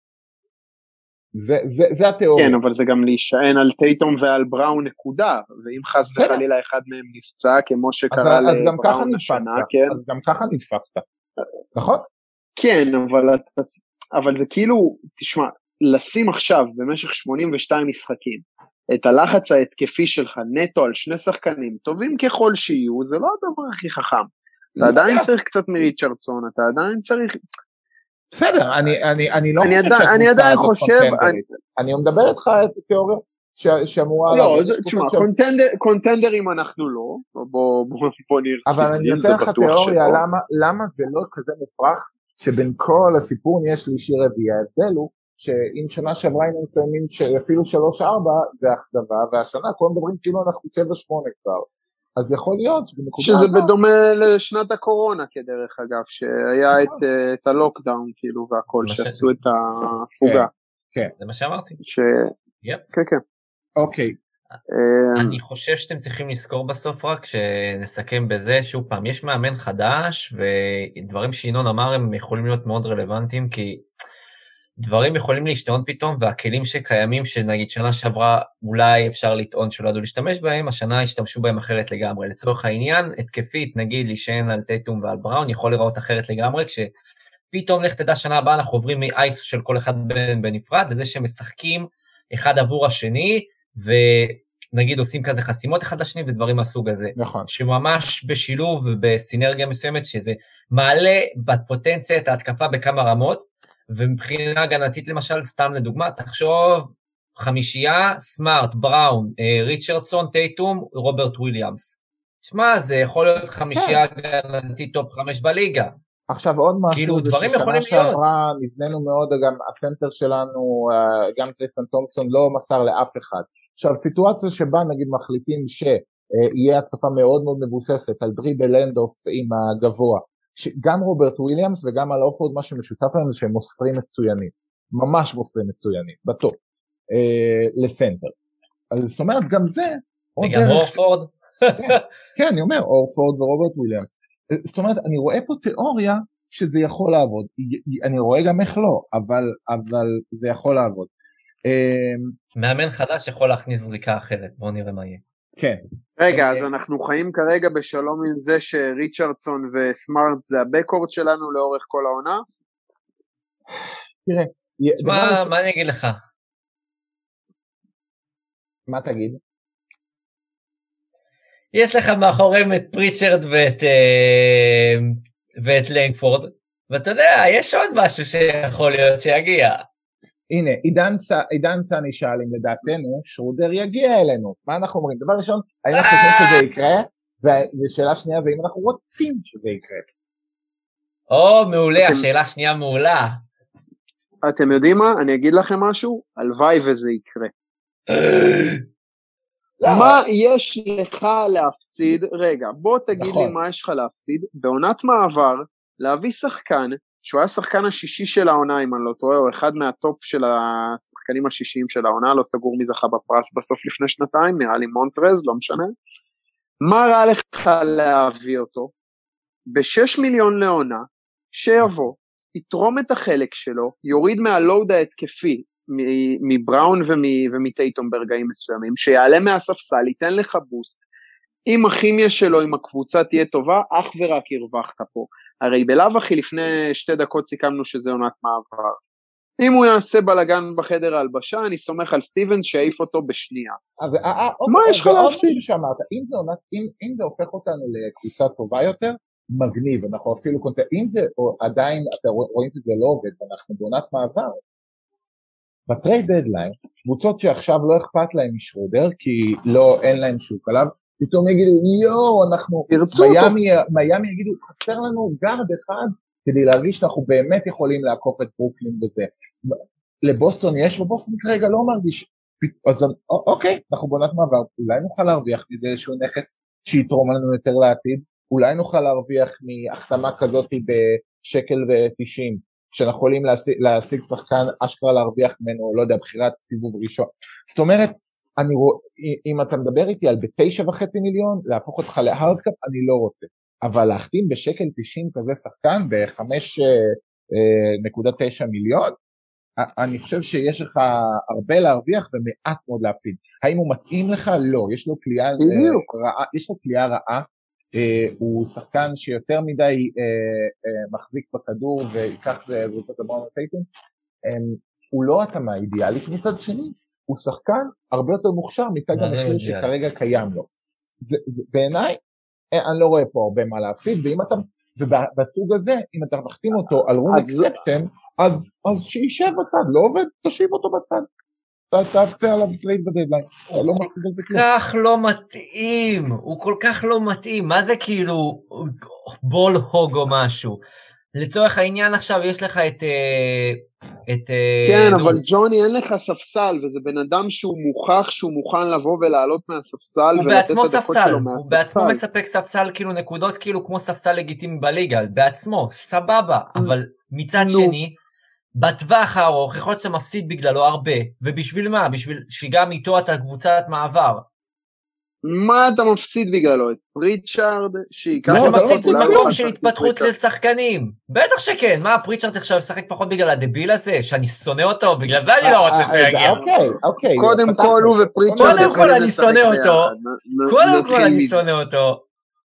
Speaker 1: זה, זה, זה התיאוריה.
Speaker 3: כן, אבל זה גם להישען על טייטום ועל בראון נקודה, ואם חס וחלילה אחד מהם נפצע, כמו שקרה
Speaker 1: אז, אז
Speaker 3: לבראון השנה, כן?
Speaker 1: אז גם ככה נדפקת. נכון?
Speaker 3: כן, אבל, אבל זה כאילו, תשמע, לשים עכשיו במשך שמונים ושתיים משחקים, את הלחץ ההתקפי שלך נטו על שני שחקנים, טובים ככל שיהיו, זה לא הדבר הכי חכם. אתה עדיין צריך קצת מריצ'רדסון, אתה עדיין צריך...
Speaker 1: בסדר, אני לא
Speaker 3: חושב שהקבוצה הזאת
Speaker 1: קונטנדרית. אני מדבר איתך את התיאוריה שאמורה...
Speaker 3: לא, תשמע, קונטנדרים אנחנו לא, בוא נרצה.
Speaker 1: אבל אני נותן לך תיאוריה למה זה לא כזה מופרך, שבין כל הסיפור נהיה שלישי רביעי, ההבדל הוא שאם שנה שעברה היינו מסיימים שאפילו שלוש ארבע זה אכזבה, והשנה כבר מדברים כאילו אנחנו שבע שמונה כבר. אז יכול להיות
Speaker 3: שזה בדומה לשנת הקורונה כדרך אגב, שהיה את, את הלוקדאון כאילו והכל, שעשו את ההפוגה.
Speaker 1: כן,
Speaker 2: זה מה שאמרתי.
Speaker 3: ש... כן, כן.
Speaker 1: אוקיי.
Speaker 2: אני חושב שאתם צריכים לזכור בסוף רק שנסכם בזה, שוב פעם, יש מאמן חדש, ודברים שינון אמר הם יכולים להיות מאוד רלוונטיים, כי דברים יכולים להשתנות פתאום, והכלים שקיימים, שנגיד שנה שעברה אולי אפשר לטעון שלא ידעו להשתמש בהם, השנה השתמשו בהם אחרת לגמרי. לצורך העניין, התקפית, נגיד, להישען על טייטום ועל בראון, יכול לראות אחרת לגמרי, כשפתאום לך תדע שנה הבאה, אנחנו עוברים מאייסו של כל אחד בנפרד, לזה שהם משחקים אחד עבור השני, ונגיד עושים כזה חסימות אחד לשני, ודברים מהסוג הזה.
Speaker 1: נכון.
Speaker 2: שממש בשילוב ובסינרגיה מסוימת, שזה מעלה בפוטנציה את ההתקפה בכמה רמות, ומבחינה הגנתית למשל, סתם לדוגמה, תחשוב חמישייה, סמארט, בראון, ריצ'רדסון, טייטום, רוברט וויליאמס. תשמע, זה יכול להיות חמישייה הגנתית טופ חמש בליגה.
Speaker 1: עכשיו עוד משהו,
Speaker 2: כאילו דברים יכולים להיות.
Speaker 1: שעברה, נבננו מאוד, גם הסנטר שלנו, גם טריסטן תומפסון לא מסר לאף אחד. עכשיו, סיטואציה שבה נגיד מחליטים שיהיה התקפה מאוד מאוד מבוססת על דריבל אנד-אוף עם הגבוה, שגם רוברט וויליאמס וגם על אורפורד מה שמשותף להם זה שהם מוסרים מצוינים, ממש מוסרים מצוינים, בטוב, אה, לסנטר. אז זאת אומרת גם זה,
Speaker 2: וגם דרך... אורפורד?
Speaker 1: כן, כן, אני אומר, אורפורד ורוברט וויליאמס. זאת אומרת, אני רואה פה תיאוריה שזה יכול לעבוד, אני רואה גם איך לא, אבל, אבל זה יכול לעבוד. אה,
Speaker 2: מאמן חדש יכול להכניס זריקה אחרת, בואו נראה מה יהיה.
Speaker 1: כן.
Speaker 3: רגע, אז אנחנו חיים כרגע בשלום עם זה שריצ'רדסון וסמארט זה הבקורד שלנו לאורך כל העונה?
Speaker 1: תראה,
Speaker 2: תשמע, מה אני אגיד לך?
Speaker 1: מה תגיד?
Speaker 2: יש לך מאחוריהם את פריצ'רד ואת, אה, ואת לנגפורד, ואתה יודע, יש עוד משהו שיכול להיות שיגיע.
Speaker 1: הנה, עידן, עידן סני שאל אם לדעתנו שרודר יגיע אלינו. מה אנחנו אומרים? דבר ראשון, האם אנחנו חושבים שזה יקרה? ושאלה שנייה זה אם אנחנו רוצים שזה יקרה.
Speaker 2: או, מעולה, השאלה השנייה מעולה.
Speaker 3: אתם יודעים מה? אני אגיד לכם משהו, הלוואי וזה יקרה. מה יש לך להפסיד? רגע, בוא תגיד לי מה יש לך להפסיד. בעונת מעבר, להביא שחקן, שהוא היה שחקן השישי של העונה, אם אני לא טועה, או אחד מהטופ של השחקנים השישיים של העונה, לא סגור מי זכה בפרס בסוף לפני שנתיים, נראה לי מונטרז, לא משנה. מה רע לך להביא אותו? בשש מיליון לעונה, שיבוא, יתרום את החלק שלו, יוריד מהלואוד ההתקפי, מבראון ומטייטום ברגעים מסוימים, שיעלה מהספסל, ייתן לך בוסט, אם הכימיה שלו עם הקבוצה תהיה טובה, אך ורק ירווחת פה. הרי בלאו הכי לפני שתי דקות סיכמנו שזה עונת מעבר. אם הוא יעשה בלגן בחדר ההלבשה, אני סומך על סטיבנס שיעיף אותו בשנייה. מה יש לך להפסיד?
Speaker 1: אם זה הופך אותנו לקבוצה טובה יותר, מגניב, אנחנו אפילו, אם זה עדיין, אתם רואים שזה לא עובד, ואנחנו בעונת מעבר, בטרייד דדליין, קבוצות שעכשיו לא אכפת להם משרודר, כי לא, אין להם שוק עליו, פתאום יגידו, יואו, אנחנו, מיימי יגידו, חסר לנו גארד אחד, כדי להרגיש שאנחנו באמת יכולים לעקוף את ברוקלין וזה. לבוסטון יש, ובוסטון כרגע לא מרגיש, אז אוקיי, אנחנו בעונת מעבר, אולי נוכל להרוויח מזה איזשהו נכס שיתרום לנו יותר לעתיד, אולי נוכל להרוויח מהחתמה כזאת בשקל ותשעים, שאנחנו יכולים להשיג, להשיג שחקן אשכרה להרוויח ממנו, לא יודע, בחירת סיבוב ראשון. זאת אומרת, אני רוא, אם אתה מדבר איתי על בתשע וחצי מיליון, להפוך אותך להארדקאפ, אני לא רוצה. אבל להחתים בשקל תשעים כזה שחקן, ב-חמש נקודה תשע מיליון, אני חושב שיש לך הרבה להרוויח ומעט מאוד להפסיד. האם הוא מתאים לך? לא. יש לו קליעה רעה, יש לו קליעה רעה, הוא שחקן שיותר מדי מחזיק בכדור, ויקח זאת הבראון טייטום, הוא לא התאמה אידיאלית, מצד שני, הוא שחקן הרבה יותר מוכשר מתג המחיר שכרגע קיים לו. בעיניי, אני לא רואה פה הרבה מה להפסיד, ואם אתה, ובסוג הזה, אם אתה מחתים אותו על רום אקספשן, אז שישב בצד, לא עובד, תשיב אותו בצד. תעשה עליו טרייד בדדליין, לא מפסיד על זה כלום.
Speaker 2: הוא כל כך לא מתאים, הוא כל כך לא מתאים, מה זה כאילו בול הוג או משהו? לצורך העניין עכשיו יש לך את... את
Speaker 3: כן, אבל ג'וני אין לך ספסל, וזה בן אדם שהוא מוכח, שהוא מוכן לבוא ולעלות מהספסל,
Speaker 2: הוא בעצמו ספסל, הוא בעצמו מספק ספסל כאילו נקודות כאילו כמו ספסל לגיטימי בליגה, בעצמו, סבבה, אבל מצד שני, בטווח הארוך, יכול להיות שאתה מפסיד בגללו הרבה, ובשביל מה? בשביל שגם איתו אתה קבוצת מעבר.
Speaker 3: מה אתה מפסיד בגללו? את פריצ'ארד?
Speaker 2: אתה מפסיד מקום של התפתחות של שחקנים. בטח שכן, מה פריצ'ארד עכשיו לשחק פחות בגלל הדביל הזה, שאני שונא אותו, בגלל זה אני לא רוצה להגיע.
Speaker 1: אוקיי, אוקיי.
Speaker 3: קודם כל הוא ופריצ'ארד.
Speaker 2: קודם כל אני שונא אותו. קודם כל אני שונא אותו.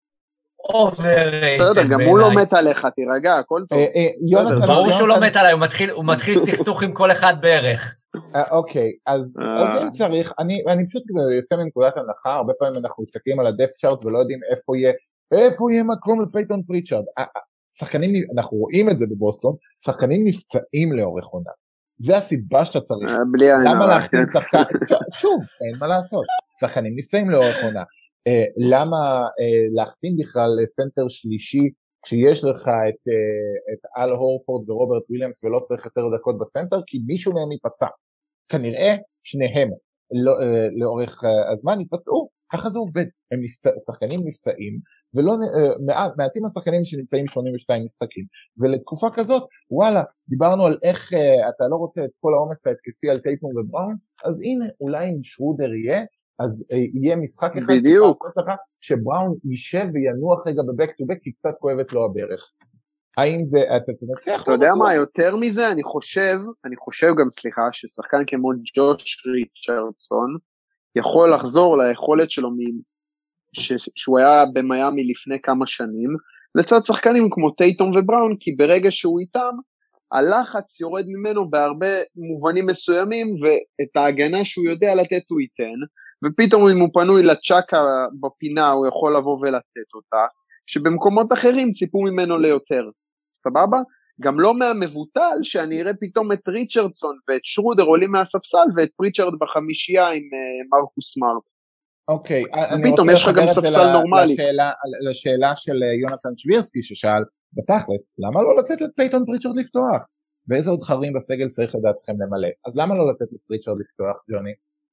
Speaker 3: בסדר, גם הוא לא מת עליך, תירגע, הכל טוב.
Speaker 2: ברור שהוא לא מת עליי, הוא מתחיל סכסוך עם כל אחד בערך.
Speaker 1: אוקיי, אז אם צריך, אני פשוט יוצא מנקודת הנחה, הרבה פעמים אנחנו מסתכלים על הדף צ'ארט ולא יודעים איפה יהיה, איפה יהיה מקום לפייטון פריצ'ארד. שחקנים, אנחנו רואים את זה בבוסטון, שחקנים נפצעים לאורך עונה. זה הסיבה שאתה צריך. למה להחתים שחקן? שוב, אין מה לעשות. שחקנים נפצעים לאורך עונה. למה להחתים בכלל סנטר שלישי, כשיש לך את, את אל הורפורד ורוברט וויליאמס ולא צריך יותר דקות בסנטר, כי מישהו מהם ייפצע. כנראה שניהם לא, לאורך הזמן ייפצעו, ככה זה עובד. הם נפצע, שחקנים נפצעים, ולא, מעט, מעטים השחקנים שנמצאים שמונים ושתיים משחקים. ולתקופה כזאת, וואלה, דיברנו על איך אתה לא רוצה את כל העומס ההתקפי על טייטום ובראון, אז הנה, אולי אם שרודר יהיה, אז יהיה משחק אחד
Speaker 3: בדיוק
Speaker 1: שבראון יישב וינוח רגע בבק טו בק כי קצת כואבת לו הברך. האם זה, אתה תנצח?
Speaker 3: אתה יודע מה, יותר מזה, אני חושב, אני חושב גם, סליחה, ששחקן כמו ג'וש ריצ'רדסון יכול לחזור ליכולת שלו שהוא היה במיימי לפני כמה שנים, לצד שחקנים כמו טייטום ובראון, כי ברגע שהוא איתם, הלחץ יורד ממנו בהרבה מובנים מסוימים, ואת ההגנה שהוא יודע לתת הוא ייתן, ופתאום אם הוא פנוי לצ'קה בפינה, הוא יכול לבוא ולתת אותה, שבמקומות אחרים ציפו ממנו ליותר, סבבה? גם לא מהמבוטל שאני אראה פתאום את ריצ'רדסון ואת שרודר עולים מהספסל, ואת פריצ'רד בחמישייה עם uh, מרקוס סמארט.
Speaker 1: אוקיי,
Speaker 3: ופתאום יש לך גם ספסל נורמלי.
Speaker 1: לשאלה, לשאלה של יונתן שווירסקי ששאל, בתכלס, למה לא לתת את פייטון פריצ'רד לפתוח? ואיזה עוד חרים בסגל צריך לדעתכם למלא? אז למה לא לתת את פריצ'רד לפתוח, ג'וני?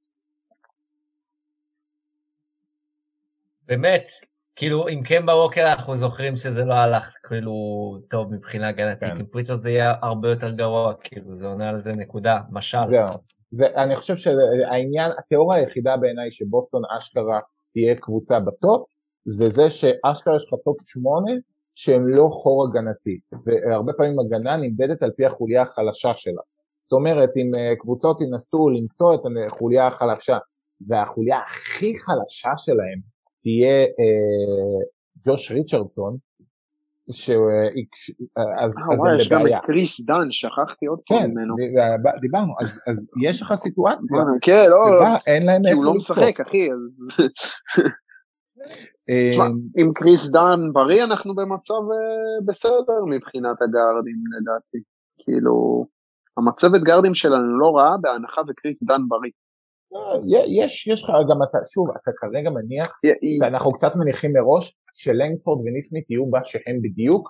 Speaker 2: באמת, כאילו אם כן בווקר אנחנו זוכרים שזה לא הלך כאילו טוב מבחינה הגנתית, עם פריצ'רד זה יהיה הרבה יותר גרוע, כאילו זה עונה על זה נקודה, משל.
Speaker 1: זהו, זה, אני חושב שהעניין, התיאוריה היחידה בעיניי שבוסטון אשכרה תהיה קבוצה בטופ, זה זה שאשכרה יש לך טופ שמונה, שהם לא חור הגנתי, והרבה פעמים הגנה נמדדת על פי החוליה החלשה שלה. זאת אומרת, אם קבוצות ינסו למצוא את החוליה החלשה, והחוליה הכי חלשה שלהם תהיה אה, ג'וש ריצ'רדסון, שהוא, אז, אז
Speaker 3: וואי, יש גם את קריס דן, שכחתי עוד פעם ממנו.
Speaker 1: כן, דיברנו, אז, אז יש לך סיטואציה,
Speaker 3: כן, לא,
Speaker 1: אין להם
Speaker 3: כי הוא לא משחק, אחי, אז... תשמע, עם קריס דן בריא אנחנו במצב בסדר מבחינת הגארדים לדעתי, כאילו המצבת גארדים שלנו לא רעה בהנחה וקריס דן בריא.
Speaker 1: יש, יש לך גם אתה, שוב, אתה כרגע מניח, אנחנו קצת מניחים מראש שלנגפורד וניסמית יהיו בה שהם בדיוק,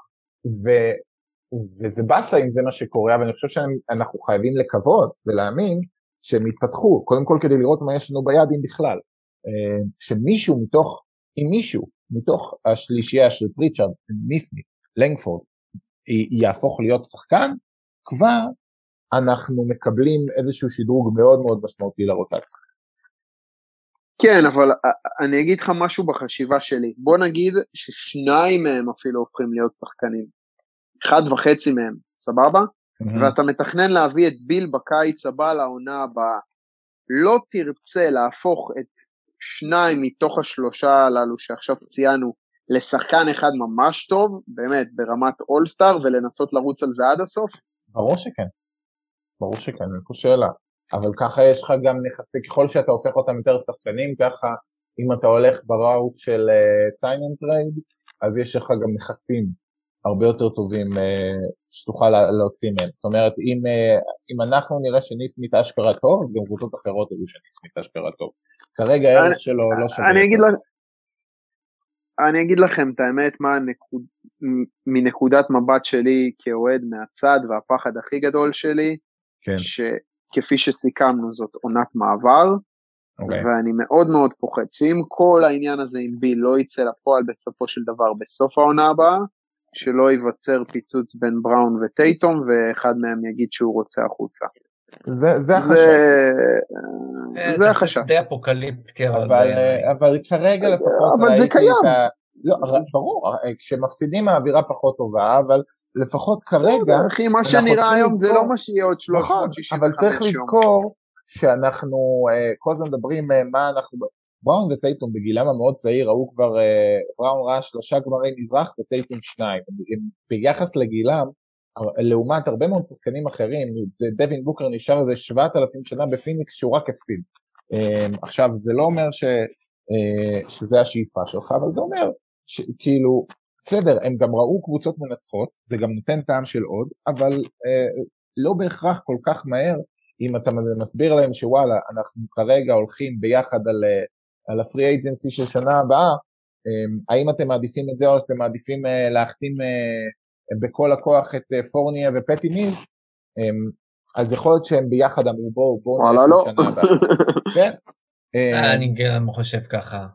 Speaker 1: וזה בסה אם זה מה שקורה, אבל אני חושב שאנחנו חייבים לקוות ולהאמין שהם יתפתחו, קודם כל כדי לראות מה יש לנו ביד אם בכלל, שמישהו מתוך אם מישהו מתוך השלישייה של פריצ'רד, ניסמית, לנגפורד, יהפוך להיות שחקן, כבר אנחנו מקבלים איזשהו שדרוג מאוד מאוד משמעותי לרוטציה.
Speaker 3: כן, אבל אני אגיד לך משהו בחשיבה שלי. בוא נגיד ששניים מהם אפילו הופכים להיות שחקנים. אחד וחצי מהם, סבבה? Mm-hmm. ואתה מתכנן להביא את ביל בקיץ הבא לעונה הבאה. לא תרצה להפוך את שניים מתוך השלושה הללו שעכשיו ציינו לשחקן אחד ממש טוב, באמת ברמת אולסטאר, ולנסות לרוץ על זה עד הסוף?
Speaker 1: ברור שכן, ברור שכן, אין פה שאלה, אבל ככה יש לך גם נכסי, ככל שאתה הופך אותם יותר שחקנים, ככה אם אתה הולך בראוט של סיין אנד טרייד, אז יש לך גם נכסים הרבה יותר טובים uh, שתוכל להוציא מהם, זאת אומרת אם, uh, אם אנחנו נראה שניסמית אשכרה טוב, אז גם קבוצות אחרות יראו שניסמית אשכרה טוב, כרגע הערך שלו לא שווה.
Speaker 3: אני אגיד, לכ... אני אגיד לכם את האמת מה הנקוד... מנקודת מבט שלי כאוהד מהצד, והפחד הכי גדול שלי,
Speaker 1: כן.
Speaker 3: שכפי שסיכמנו זאת עונת מעבר,
Speaker 1: okay.
Speaker 3: ואני מאוד מאוד פוחד שאם כל העניין הזה עם ביל לא יצא לפועל בסופו של דבר בסוף העונה הבאה, שלא ייווצר פיצוץ בין בראון וטייטום, ואחד מהם יגיד שהוא רוצה החוצה.
Speaker 1: זה, זה החשש.
Speaker 3: זה, זה החשש.
Speaker 2: זה די אפוקליפטי.
Speaker 1: אבל, אבל כרגע לפחות...
Speaker 3: אבל זה קיים.
Speaker 1: ה... לא, ברור, כשמפסידים האווירה פחות טובה, אבל לפחות כרגע...
Speaker 3: אחי, מה שנראה היום זה לא מה שיהיה עוד שלוש מאות שישים וחמש
Speaker 1: יום. אבל צריך לזכור שאנחנו כל הזמן מדברים מה אנחנו... בראון וטייטום בגילם המאוד צעיר, ראו כבר, בראון ראה שלושה גמרי מזרח וטייטום שניים. ביחס לגילם, לעומת הרבה מאוד שחקנים אחרים, דווין בוקר נשאר איזה שבעת אלפים שנה בפיניקס שהוא רק הפסיד. עכשיו, זה לא אומר ש, שזה השאיפה שלך, אבל זה אומר שכאילו, בסדר, הם גם ראו קבוצות מנצחות, זה גם נותן טעם של עוד, אבל לא בהכרח כל כך מהר, אם אתה מסביר להם שוואלה, אנחנו כרגע הולכים ביחד על, על הפרי אייג'נסי של שנה הבאה, האם אתם מעדיפים את זה או שאתם מעדיפים להחתים בכל הכוח את פורניה ופטי מילס, אז יכול להיות שהם ביחד אמרו בואו, בואו נלך לשנה הבאה. כן?
Speaker 2: אני גם חושב ככה.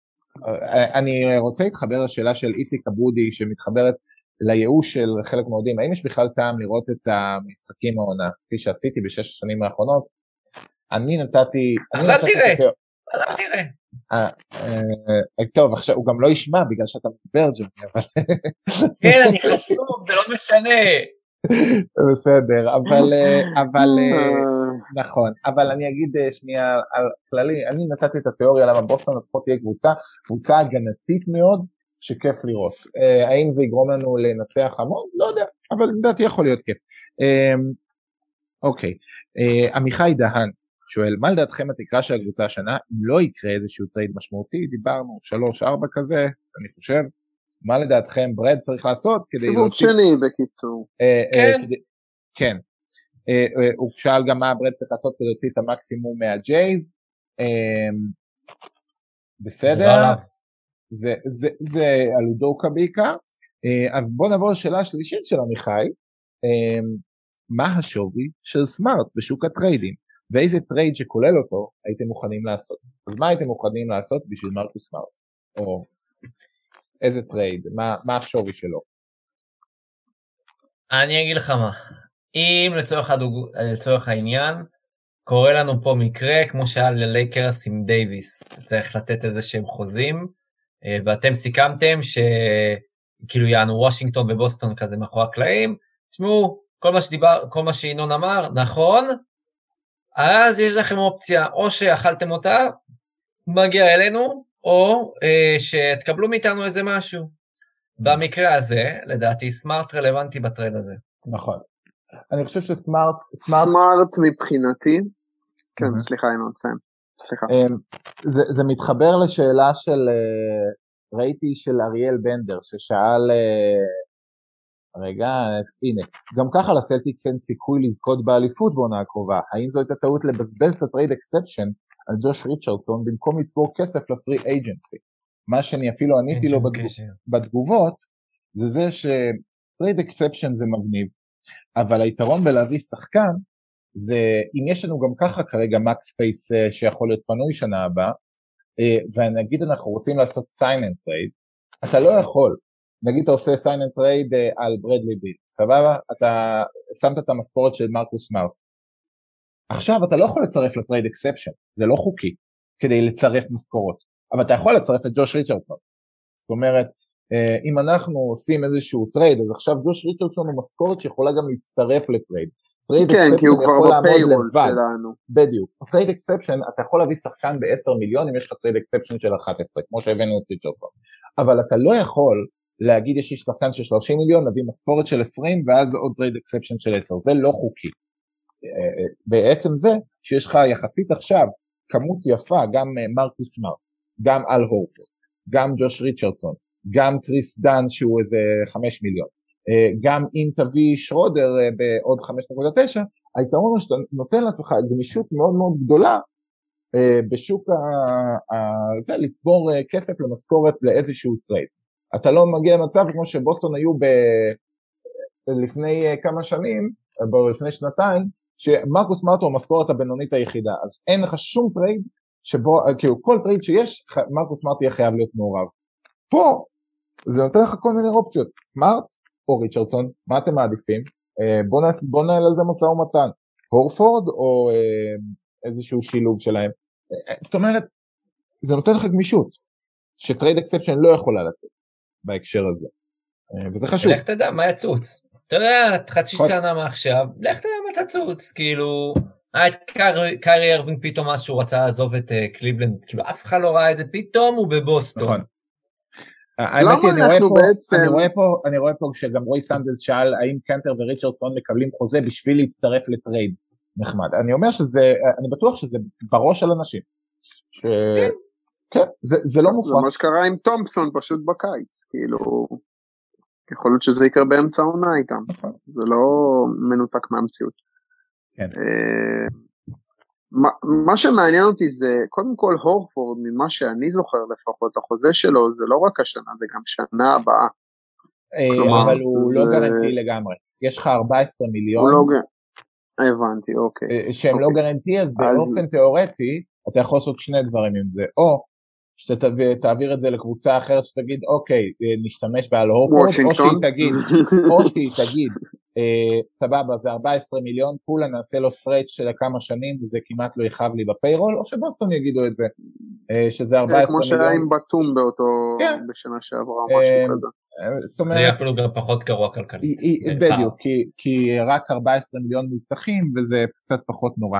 Speaker 1: אני רוצה להתחבר לשאלה של איציק אבודי, שמתחברת לייאוש של חלק מהאוהדים, האם יש בכלל טעם לראות את המשחקים העונה, כפי שעשיתי בשש השנים האחרונות, אני נתתי...
Speaker 2: אז אל תראה, אז אל תראה.
Speaker 1: טוב, עכשיו הוא גם לא ישמע בגלל שאתה מדבר ג'וני, אבל...
Speaker 2: כן, אני חסום, זה לא משנה.
Speaker 1: בסדר, אבל, אבל, נכון, אבל אני אגיד שנייה על כללי, אני נתתי את התיאוריה למה בוסטון לפחות תהיה קבוצה, קבוצה הגנתית מאוד, שכיף לראות. האם זה יגרום לנו לנצח המון? לא יודע, אבל לדעתי יכול להיות כיף. אוקיי, עמיחי דהן שואל, מה לדעתכם התקרה של הקבוצה השנה, אם לא יקרה איזשהו טרייד משמעותי, דיברנו שלוש ארבע כזה, אני חושב, מה לדעתכם ברד צריך לעשות כדי
Speaker 3: סיבוב
Speaker 1: להוציא...
Speaker 3: שני בקיצור.
Speaker 1: אה,
Speaker 2: כן.
Speaker 1: אה, כדי... כן. אה, אה, הוא שאל גם מה ברד צריך לעשות כדי להוציא את המקסימום מהג'ייז, אה, בסדר, זה, זה, זה על אודוקה בעיקר, אה, אז בוא נעבור לשאלה השלישית של עמיחי, אה, מה השווי של סמארט בשוק הטריידים, ואיזה טרייד שכולל אותו הייתם מוכנים לעשות, אז מה הייתם מוכנים לעשות בשביל מרקוס סמארט, או איזה טרייד, מה, מה השווי שלו?
Speaker 2: אני אגיד לך מה, אם לצורך, הדוג... לצורך העניין, קורה לנו פה מקרה, כמו שהיה ללייקרס עם דייביס, צריך לתת איזה שהם חוזים, ואתם סיכמתם שכאילו יענו וושינגטון ובוסטון כזה מאחורי הקלעים, תשמעו, כל מה שדיבר, כל מה שינון אמר, נכון, אז יש לכם אופציה, או שאכלתם אותה, מגיע אלינו, או אה, שתקבלו מאיתנו איזה משהו. במקרה הזה, לדעתי, סמארט רלוונטי בטרייד הזה.
Speaker 1: נכון. אני חושב שסמארט...
Speaker 3: סמארט מבחינתי, כן, סליחה, אני נוצאים. סליחה.
Speaker 1: זה, זה מתחבר לשאלה של, ראיתי של אריאל בנדר, ששאל, רגע, הנה, גם ככה לסלטיקס אין סיכוי לזכות באליפות בעונה הקרובה, האם זו הייתה טעות לבזבז את הטרייד אקספשן על ג'וש ריצ'רדסון, במקום לצבור כסף לפרי אייג'נסי? מה שאני אפילו עניתי לו בתגוב, בתגובות, זה זה שטרייד אקספשן זה מגניב, אבל היתרון בלהביא שחקן, זה אם יש לנו גם ככה כרגע מקס ספייס שיכול להיות פנוי שנה הבאה, ונגיד אנחנו רוצים לעשות sign and trade, אתה לא יכול, נגיד אתה עושה sign and trade על ברדלי ביל, סבבה? אתה שמת את המשכורת של מרקוס סמארט, עכשיו אתה לא יכול לצרף לטרייד אקספשן, זה לא חוקי, כדי לצרף משכורות, אבל אתה יכול לצרף את ג'וש ריצ'רדסון, זאת אומרת, אם אנחנו עושים איזשהו טרייד, אז עכשיו ג'וש ריצ'רדסון הוא משכורת שיכולה גם להצטרף לטרייד,
Speaker 3: כן, כי הוא כבר בפיירול שלנו.
Speaker 1: בדיוק. טרייד אקספשן, אתה יכול להביא שחקן ב-עשרה מיליון אם יש לך טרייד אקספשן של אחת עשרה, כמו שהבאנו את ריצ'רדסון. אבל אתה לא יכול להגיד יש לי שחקן של שלושים מיליון, להביא משכורת של עשרים, ואז עוד טרייד אקספשן של עשרה. זה לא חוקי. בעצם זה שיש לך יחסית עכשיו כמות יפה, גם מרקוס סמארט, גם אל הורפורד, גם ג'וש ריצ'רדסון, גם קריס דן שהוא איזה חמישה מיליון. גם אם תביא שרודר בעוד חמש נקודה תשע, היתרון הוא שאתה נותן לעצמך גמישות מאוד מאוד גדולה בשוק הזה, לצבור כסף למשכורת לאיזשהו טרייד. אתה לא מגיע למצב כמו שבוסטון היו לפני כמה שנים, לפני שנתיים, שמרקוס סמארט הוא המשכורת הבינונית היחידה, אז אין לך שום טרייד, שבו, כאילו כל טרייד שיש, מרקוס סמארט יהיה חייב להיות מעורב. פה, זה נותן לך כל מיני אופציות, סמארט, או ריצ'רדסון, מה אתם מעדיפים? בוא, נס, בוא נעל על זה משא ומתן, הורפורד או איזשהו שילוב שלהם. זאת אומרת, זה נותן לך גמישות, שטרייד אקספשן לא יכולה לצאת בהקשר הזה, וזה חשוב.
Speaker 2: לך תדע מה יצוץ, אתה יודע, חצי שנה מעכשיו, לך תדע מה תצוץ, כאילו, קיירי ארווינג פתאום אז שהוא רצה לעזוב את קליבלנד, כאילו אף אחד לא ראה את זה, פתאום הוא בבוסטון. נכון.
Speaker 1: האמת היא, אני רואה פה, בעצם... אני רואה פה, אני רואה פה שגם רוי סנדלס שאל האם קנטר וריצ'רדסון מקבלים חוזה בשביל להצטרף לטרייד נחמד. אני אומר שזה, אני בטוח שזה בראש של אנשים. ש... כן, זה, זה לא מופרח.
Speaker 3: זה מה שקרה עם תומפסון פשוט בקיץ, כאילו, יכול להיות שזה יקרה באמצע העונה איתם. נכון. זה לא מנותק מהמציאות.
Speaker 1: כן.
Speaker 3: מה, מה שמעניין אותי זה, קודם כל הורפורד, ממה שאני זוכר לפחות, החוזה שלו זה לא רק השנה, זה גם שנה הבאה.
Speaker 1: כלומר, אבל הוא זה... לא גרנטי לגמרי. יש לך ארבעה עשר מיליון. הוא
Speaker 3: לא גרנטי. הבנתי, אוקיי.
Speaker 1: שהם
Speaker 3: אוקיי.
Speaker 1: לא גרנטי, אז באופן אז... תיאורטי, אתה יכול לעשות שני דברים עם זה. או שתעביר את זה לקבוצה אחרת שתגיד, אוקיי, נשתמש בעל הורפורד, או שהיא תגיד, או שהיא תגיד, סבבה, זה ארבעה עשר מיליון, כולה נעשה לו סטרייץ' של כמה שנים, וזה כמעט לא יחב לי בפיירול, או שבוסטון יגידו את זה, שזה ארבעה עשר מיליון.
Speaker 3: כמו שהיה עם בתום באותו, בשנה שעברה, או משהו כזה.
Speaker 2: זה יהיה אפילו גם פחות גרוע כלכלית.
Speaker 1: בדיוק, כי רק ארבעה עשר מיליון מבטחים, וזה קצת פחות נורא.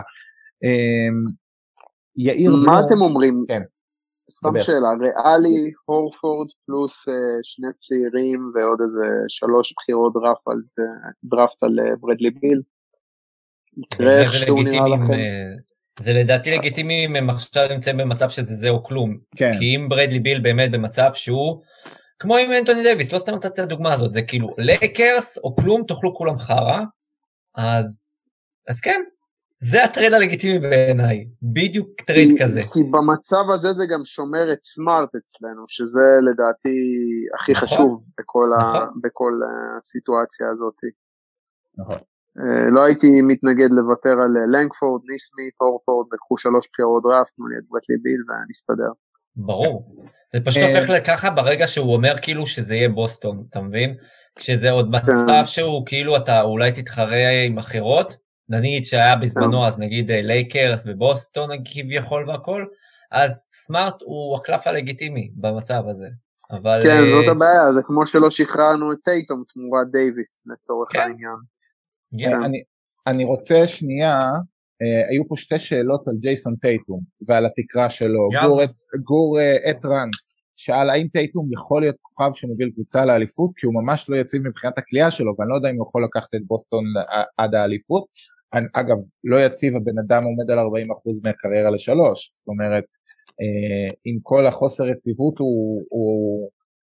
Speaker 3: מה אתם אומרים? כן. סתם שאלה, ריאלי, הורפורד, פלוס שני צעירים ועוד איזה שלוש בחירות דראפט על ברדלי ביל. יקרה איך שהוא נראה לכם.
Speaker 2: זה לדעתי לגיטימי אם הם עכשיו נמצאים במצב שזה זה או כלום.
Speaker 1: כן.
Speaker 2: כי אם ברדלי ביל באמת במצב שהוא, כמו עם אנטוני דייביס, לא סתם נתת את הדוגמה הזאת, זה כאילו לייקרס או כלום, תאכלו כולם חרה, אז, אז כן, זה הטרייד הלגיטימי בעיניי, בדיוק טרייד
Speaker 3: כי,
Speaker 2: כזה.
Speaker 3: כי במצב הזה זה גם שומר את סמארט אצלנו, שזה לדעתי הכי
Speaker 2: נכון,
Speaker 3: חשוב בכל,
Speaker 2: נכון.
Speaker 3: ה, בכל הסיטואציה הזאת.
Speaker 1: נכון.
Speaker 3: לא הייתי מתנגד לוותר על לנגפורד, ניסמית, הורפורד, לקחו שלוש בחירות דראפט, תנו לי את ברדלי ביל ונסתדר.
Speaker 2: ברור. זה פשוט הופך לככה ברגע שהוא אומר כאילו שזה יהיה בוסטון, אתה מבין? כשזה עוד מצב שהוא כאילו אתה אולי תתחרה עם אחרות, נגיד שהיה בזמנו אז נגיד לייקרס ובוסטון כביכול והכל, אז סמארט הוא הקלף הלגיטימי במצב הזה. אבל
Speaker 3: כן, זאת הבעיה, זה כמו שלא שחררנו את טייטום תמורת דייביס לצורך
Speaker 2: כן.
Speaker 3: העניין.
Speaker 1: Yeah. אני, אני רוצה שנייה, אה, היו פה שתי שאלות על ג'ייסון טייטום ועל התקרה שלו.
Speaker 2: Yeah.
Speaker 1: גור, גור uh, אטרן שאל האם טייטום יכול להיות כוכב שמוביל קבוצה לאליפות, כי הוא ממש לא יציב מבחינת הקליעה שלו, ואני לא יודע אם הוא יכול לקחת את בוסטון עד האליפות. אני, אגב, לא יציב, הבן אדם עומד על ארבעים אחוז מהקריירה לשלוש, זאת אומרת, אה, עם כל החוסר יציבות הוא... הוא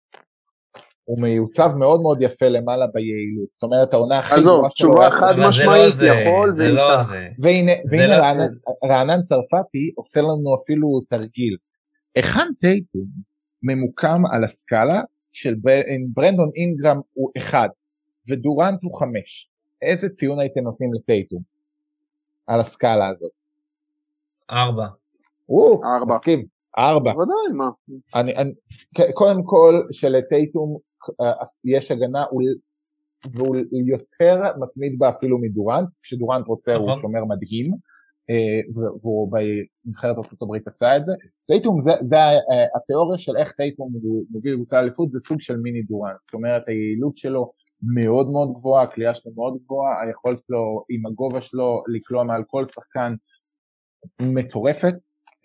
Speaker 1: הוא מיוצב מאוד מאוד יפה למעלה ביעילות, זאת אומרת העונה הכי...
Speaker 3: אז זו, תשובה חד משמעית, יכול
Speaker 2: זה לא זה.
Speaker 1: והנה רענן צרפתי עושה לנו אפילו תרגיל, היכן טייטום ממוקם על הסקאלה של ברנדון אינגרם הוא אחד, ודורנט הוא חמש, איזה ציון הייתם נותנים לטייטום על הסקאלה הזאת?
Speaker 2: ארבע.
Speaker 1: או, מסכים. ארבע.
Speaker 3: ודאי, מה?
Speaker 1: אני, אני, קודם כל שלטייטום יש הגנה והוא יותר מתמיד בה אפילו מדורנט, כשדורנט רוצה הוא שומר מדהים, והוא בנבחרת ארצות הברית עשה את זה. טייטום זה, זה התיאוריה של איך טייטום מוביל קבוצה לאליפות, זה סוג של מיני דורנט, זאת אומרת היעילות שלו מאוד מאוד גבוהה, הקליעה שלו מאוד גבוהה, היכולת שלו עם הגובה שלו לקלוע מעל כל שחקן מטורפת,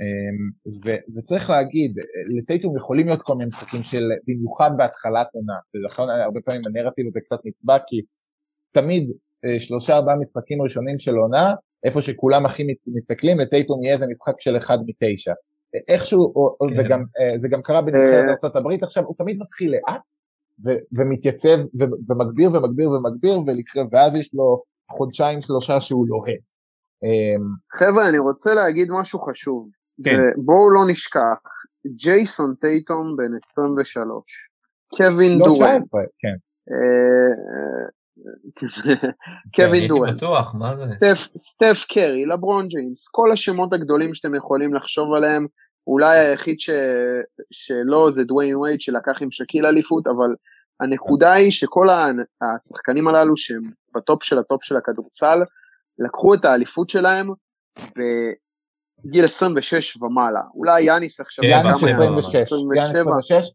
Speaker 1: ו- וצריך להגיד, לטייטום יכולים להיות כל מיני משחקים של במיוחד בהתחלת עונה, ולכן הרבה פעמים הנרטיב הזה קצת נצבע, כי תמיד שלושה ארבעה משחקים ראשונים של עונה, איפה שכולם הכי מסתכלים, לטייטום יהיה איזה משחק של אחד מתשע. איכשהו, כן. וגם, זה גם קרה בנבחרת ארצות הברית, עכשיו הוא תמיד מתחיל לאט, ו- ומתייצב, ו- ומגביר ומגביר ומגביר, ולקרב, ואז יש לו חודשיים שלושה שהוא לוהט.
Speaker 3: חבר'ה, אני רוצה להגיד משהו חשוב.
Speaker 1: כן.
Speaker 3: בואו לא נשכח, ג'ייסון טייטום בן עשרים ושלוש, קווין
Speaker 1: לא
Speaker 3: דורנט,
Speaker 1: תשע עשרה, כן.
Speaker 3: קווין דורנט,
Speaker 2: בטוח, מה זה?
Speaker 3: סטף, סטף קרי, לברון ג'יימס, כל השמות הגדולים שאתם יכולים לחשוב עליהם, אולי היחיד ש... שלא זה דוויין וייד שלקח עם שקיל אליפות, אבל הנקודה היא שכל השחקנים הללו שהם בטופ של הטופ של הכדורסל, לקחו את האליפות שלהם בגיל עשרים ושש ומעלה. אולי יאניס עכשיו...
Speaker 1: יאניס עשרים ושש. יאניס עשרים ושש.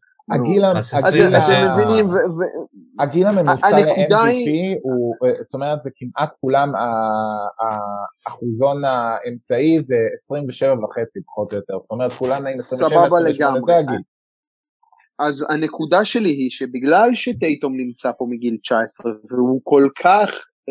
Speaker 1: הגיל הממוצע ל-אם וי פי, זאת אומרת זה כמעט כולם, האחוזון האמצעי זה עשרים ושבע וחצי פחות או יותר. זאת אומרת כולם נעים עשרים ושבע עשרים ושמונה, זה הגיל.
Speaker 3: אז הנקודה שלי היא שבגלל שטייטום נמצא פה מגיל תשע עשרה, והוא כל כך...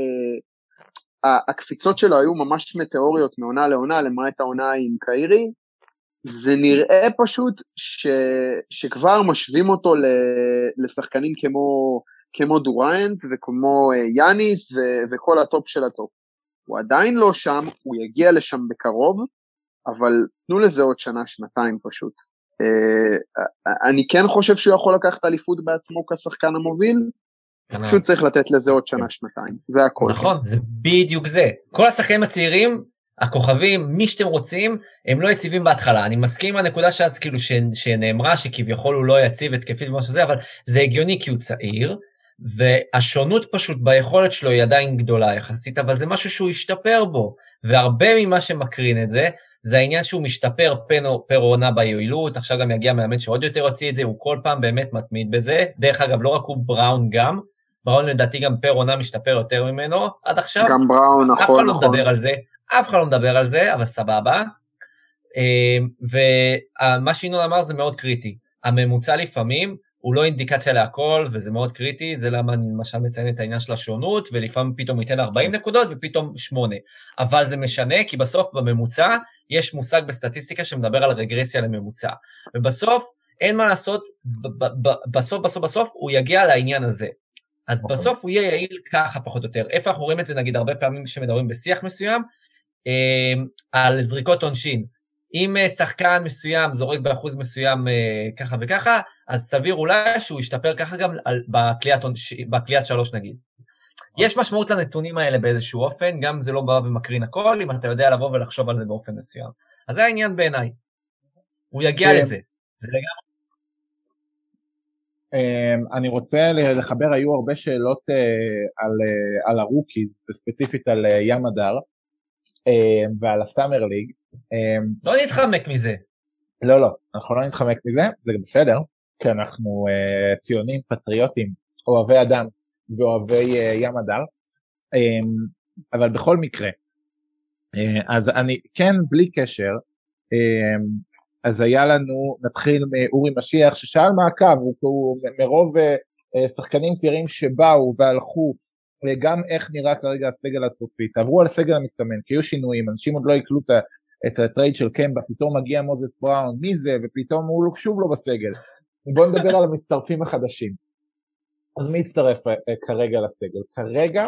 Speaker 3: הקפיצות שלו היו ממש מטאוריות מעונה לעונה, למעט העונה עם קיירי, זה נראה פשוט ש, שכבר משווים אותו לשחקנים כמו, כמו דורנט וכמו יאניס ו, וכל הטופ של הטופ. הוא עדיין לא שם, הוא יגיע לשם בקרוב, אבל תנו לזה עוד שנה, שנתיים פשוט. אני כן חושב שהוא יכול לקחת אליפות בעצמו כשחקן המוביל, פשוט צריך לתת לזה עוד שנה, שנתיים. זה הכל.
Speaker 2: נכון, זה בדיוק זה. כל השחקנים הצעירים, הכוכבים, מי שאתם רוצים, הם לא יציבים בהתחלה. אני מסכים עם הנקודה שאז כאילו שנאמרה, שכביכול הוא לא יציב התקפית ומשהו זה, אבל זה הגיוני כי הוא צעיר, והשונות פשוט ביכולת שלו היא עדיין גדולה יחסית, אבל זה משהו שהוא ישתפר בו, והרבה ממה שמקרין את זה, זה העניין שהוא משתפר פר עונה ביעילות, עכשיו גם יגיע מאמן שעוד יותר הוציא את זה, הוא כל פעם באמת מתמיד בזה, דרך אגב לא רק הוא בראון גם, בראון לדעתי גם פר עונה משתפר יותר ממנו, עד עכשיו,
Speaker 3: גם בראון, נכון,
Speaker 2: אף אחד לא
Speaker 3: נכון.
Speaker 2: מדבר על זה, אף אחד לא מדבר על זה, אבל סבבה, ומה שינון אמר זה מאוד קריטי, הממוצע לפעמים הוא לא אינדיקציה להכל, וזה מאוד קריטי, זה למה אני למשל מציין את העניין של השונות, ולפעמים פתאום ייתן ארבעים נקודות, ופתאום שמונה. אבל זה משנה, כי בסוף בממוצע, יש מושג בסטטיסטיקה שמדבר על רגרסיה לממוצע. ובסוף, אין מה לעשות, בסוף, בסוף, בסוף, הוא יגיע לעניין הזה. אז בסוף הוא יהיה יעיל ככה פחות או יותר. איפה אנחנו רואים את זה, נגיד, הרבה פעמים שמדברים בשיח מסוים, על זריקות עונשין. אם שחקן מסוים זורק באחוז מסוים ככה וככה, אז סביר אולי שהוא ישתפר ככה גם בקליעת שלוש נגיד. יש משמעות לנתונים האלה באיזשהו אופן, גם זה לא בא ומקרין הכל, אם אתה יודע לבוא ולחשוב על זה באופן מסוים. אז זה העניין בעיניי. הוא יגיע לזה. זה לגמרי.
Speaker 1: אני רוצה לחבר, היו הרבה שאלות על הרוקיז, וספציפית על ים הדר, ועל הסאמר ליג.
Speaker 2: לא נתחמק מזה.
Speaker 1: לא, לא, אנחנו לא נתחמק מזה, זה בסדר, כי אנחנו ציונים, פטריוטים, אוהבי אדם ואוהבי ים הדר, אבל בכל מקרה, אז אני, כן, בלי קשר, אז היה לנו, נתחיל מאורי משיח, ששאל מה הקו, הוא מרוב שחקנים צעירים שבאו והלכו, גם איך נראה כרגע הסגל הסופי, תעברו על הסגל המסתמן, כי היו שינויים, אנשים עוד לא יקלו את הטרייד של קמבה, פתאום מגיע מוזס בראון, מי זה, ופתאום הוא שוב לא בסגל. בואו נדבר על המצטרפים החדשים. אז מי יצטרף כרגע לסגל? כרגע,